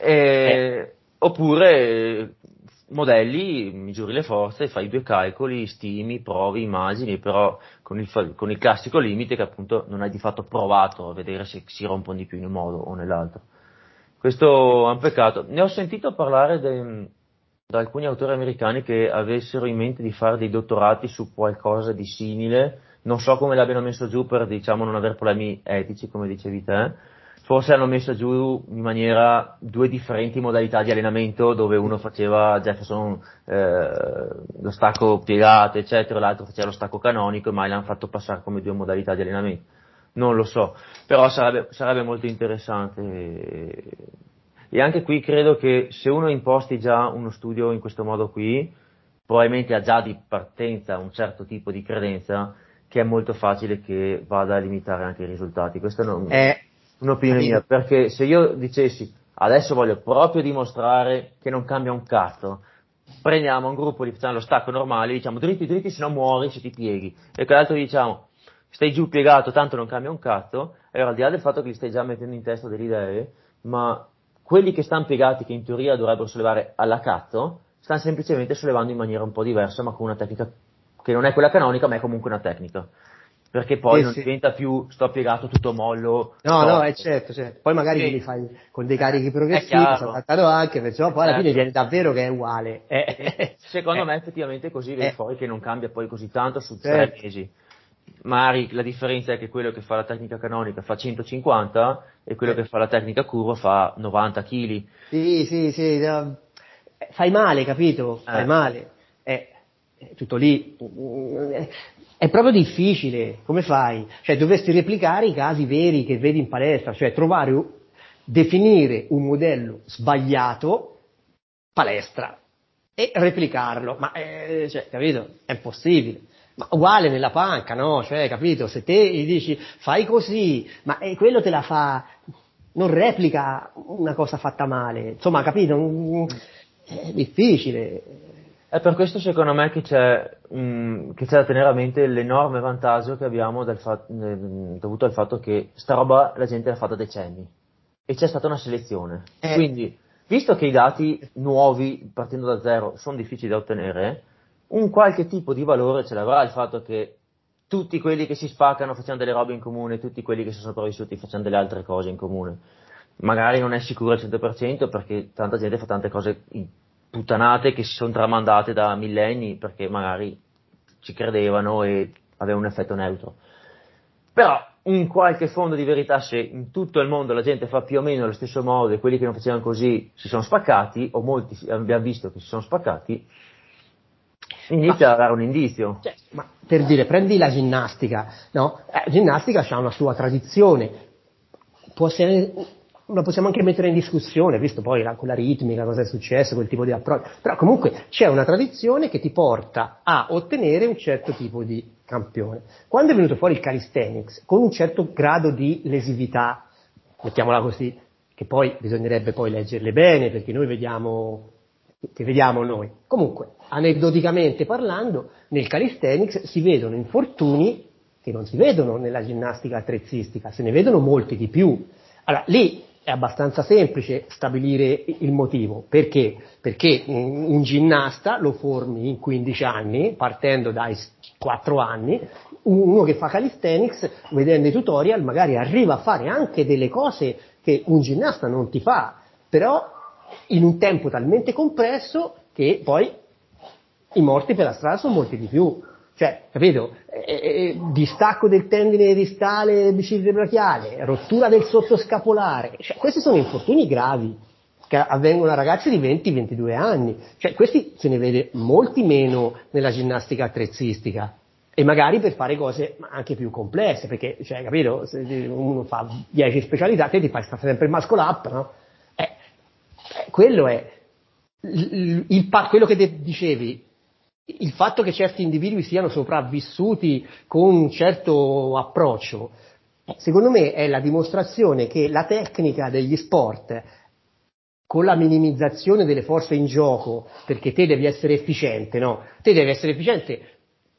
E, oppure modelli, misuri le forze, fai due calcoli, stimi, provi, immagini, però con il, con il classico limite che appunto non hai di fatto provato a vedere se si rompono di più in un modo o nell'altro. Questo è un peccato. Ne ho sentito parlare de, da alcuni autori americani che avessero in mente di fare dei dottorati su qualcosa di simile. Non so come l'abbiano messo giù per, diciamo, non avere problemi etici, come dicevi te. Forse hanno messo giù in maniera due differenti modalità di allenamento, dove uno faceva Jefferson eh, lo stacco piegato, eccetera, l'altro faceva lo stacco canonico, ma l'hanno fatto passare come due modalità di allenamento. Non lo so, però sarebbe, sarebbe molto interessante. E, e anche qui credo che se uno imposti già uno studio in questo modo qui, probabilmente ha già di partenza un certo tipo di credenza che è molto facile che vada a limitare anche i risultati. Questa è un, Eh, un'opinione capito? mia, perché se io dicessi adesso voglio proprio dimostrare che non cambia un cazzo, prendiamo un gruppo, gli facciamo lo stacco normale, diciamo dritti dritti se no muori se ti pieghi, e quell'altro diciamo stai giù piegato, tanto non cambia un cazzo, allora al di là del fatto che gli stai già mettendo in testa delle idee, ma quelli che stanno piegati, che in teoria dovrebbero sollevare alla cazzo, stanno semplicemente sollevando in maniera un po' diversa, ma con una tecnica che non è quella canonica, ma è comunque una tecnica. Perché poi Sì, non sì. diventa più sto piegato tutto mollo, No, no, è torto. certo, certo. Poi magari li Quindi, fai con dei carichi eh, è progressivi, si chiaro, adattano anche, perciò poi alla fine certo. viene davvero che è uguale. E Eh, secondo eh, me effettivamente così viene eh, fuori che non cambia poi così tanto su tre certo. mesi. Magari la differenza è che quello che fa la tecnica canonica fa centocinquanta e quello Eh. che fa la tecnica curva fa novanta chili. Sì, sì, sì, no, eh, fai male, capito? Fai Eh, male. È, è tutto lì. È proprio difficile. Come fai? Cioè, dovresti replicare i casi veri che vedi in palestra, cioè trovare, un- definire un modello sbagliato, palestra, e replicarlo. Ma, eh, cioè, capito? È impossibile. Ma uguale nella panca, no? Cioè, capito? Se te gli dici fai così, ma eh, quello te la fa, non replica una cosa fatta male. Insomma, capito? Mm, È difficile. È per questo secondo me che c'è, mh, che c'è da tenere a mente l'enorme vantaggio che abbiamo dal fa- eh, dovuto al fatto che sta roba la gente l'ha fatta decenni e c'è stata una selezione. Eh, Quindi, visto che i dati nuovi, partendo da zero, sono difficili da ottenere, un qualche tipo di valore ce l'avrà il fatto che tutti quelli che si spaccano facciano delle robe in comune, tutti quelli che sono sopravvissuti facciano delle altre cose in comune. Magari non è sicuro al cento per cento perché tanta gente fa tante cose puttanate che si sono tramandate da millenni perché magari ci credevano e aveva un effetto neutro. Però un qualche fondo di verità, se in tutto il mondo la gente fa più o meno allo stesso modo e quelli che non facevano così si sono spaccati, o molti abbiamo visto che si sono spaccati, ma, inizia a dare un indizio. cioè, ma per dire, prendi la ginnastica, no? Eh, la ginnastica ha una sua tradizione, può essere, la possiamo anche mettere in discussione, visto poi la, con la ritmica, cosa è successo, quel tipo di approccio, però comunque c'è una tradizione che ti porta a ottenere un certo tipo di campione. Quando è venuto fuori il calisthenics, con un certo grado di lesività, mettiamola così, che poi bisognerebbe poi leggerle bene, perché noi vediamo, che vediamo noi. Comunque, aneddoticamente parlando, nel calisthenics si vedono infortuni che non si vedono nella ginnastica attrezzistica, se ne vedono molti di più. Allora, lì è abbastanza semplice stabilire il motivo. Perché? Perché un, un ginnasta lo formi in quindici anni, partendo dai quattro anni, uno che fa calisthenics, vedendo i tutorial, magari arriva a fare anche delle cose che un ginnasta non ti fa, però in un tempo talmente compresso che poi i morti per la strada sono molti di più. Cioè, capito? Eh, eh, distacco del tendine distale bicibrachiale, rottura del sottoscapolare, cioè, questi sono infortuni gravi che avvengono a ragazzi di venti ventidue anni. Cioè, questi se ne vede molti meno nella ginnastica attrezzistica. E magari per fare cose anche più complesse, perché, cioè, capito? Se uno fa dieci specialità, te ti fai sempre il muscle up, no? Eh, eh, quello è il, il, quello che te dicevi, il fatto che certi individui siano sopravvissuti con un certo approccio, secondo me è la dimostrazione che la tecnica degli sport, con la minimizzazione delle forze in gioco, perché te devi essere efficiente, no? Te devi essere efficiente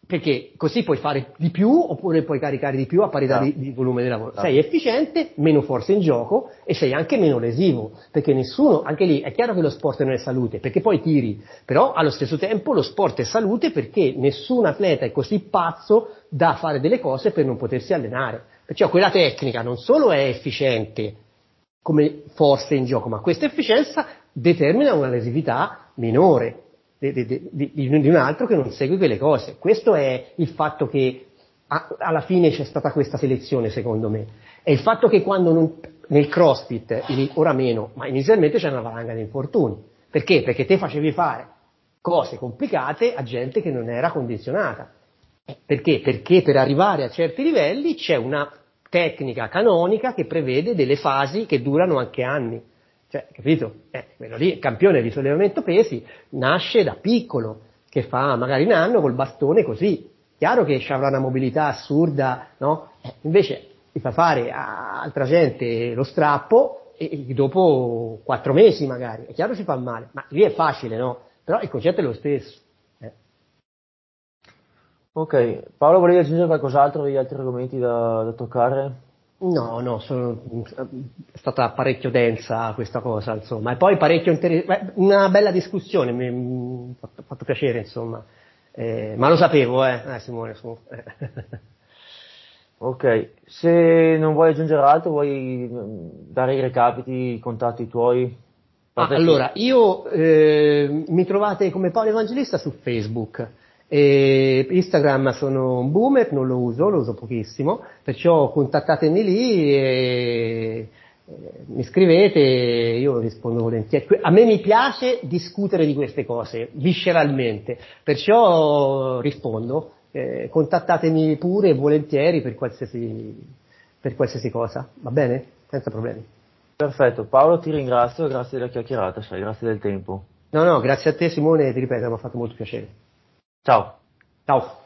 perché così puoi fare di più oppure puoi caricare di più a parità di, di volume di lavoro. Sei efficiente, meno forze in gioco e sei anche meno lesivo, perché nessuno, anche lì è chiaro che lo sport non è salute, perché poi tiri, però allo stesso tempo lo sport è salute perché nessun atleta è così pazzo da fare delle cose per non potersi allenare. Perciò quella tecnica non solo è efficiente come forze in gioco, ma questa efficienza determina una lesività minore Di, di, di, di un altro che non segue quelle cose. Questo è il fatto che a, alla fine c'è stata questa selezione, secondo me. È il fatto che quando non, nel CrossFit, in, ora meno, ma inizialmente c'era una valanga di infortuni. Perché? Perché te facevi fare cose complicate a gente che non era condizionata. Perché? Perché per arrivare a certi livelli c'è una tecnica canonica che prevede delle fasi che durano anche anni. Cioè, capito? Eh, quello lì, il campione di sollevamento pesi, nasce da piccolo, che fa magari un anno col bastone così. Chiaro che avrà una mobilità assurda, no? Eh, invece ti fa fare a altra gente lo strappo e, e dopo quattro mesi magari. È chiaro che si fa male, ma lì è facile, no? Però il concetto è lo stesso. Eh. Ok, Paolo, volevi aggiungere qualcos'altro, avevi altri argomenti da, da toccare? No, no, sono, è stata parecchio densa questa cosa, insomma, e poi parecchio interessante, una bella discussione, mi ha fatto, fatto piacere, insomma, eh, ma lo sapevo, eh, eh Simone, su. Eh. Ok, se non vuoi aggiungere altro, vuoi dare i recapiti, i contatti tuoi? Ah, allora, io eh, mi trovate come Paolo Evangelista su Facebook. E Instagram sono un boomer, non lo uso, lo uso pochissimo, perciò contattatemi lì e mi scrivete, io rispondo volentieri. A me mi piace discutere di queste cose visceralmente, perciò rispondo, eh, contattatemi pure volentieri per qualsiasi, per qualsiasi cosa, va bene? Senza problemi. Perfetto, Paolo, ti ringrazio, grazie della chiacchierata, sai, grazie del tempo. No, no, grazie a te Simone, ti ripeto, mi ha fatto molto piacere. Ciao. Ciao.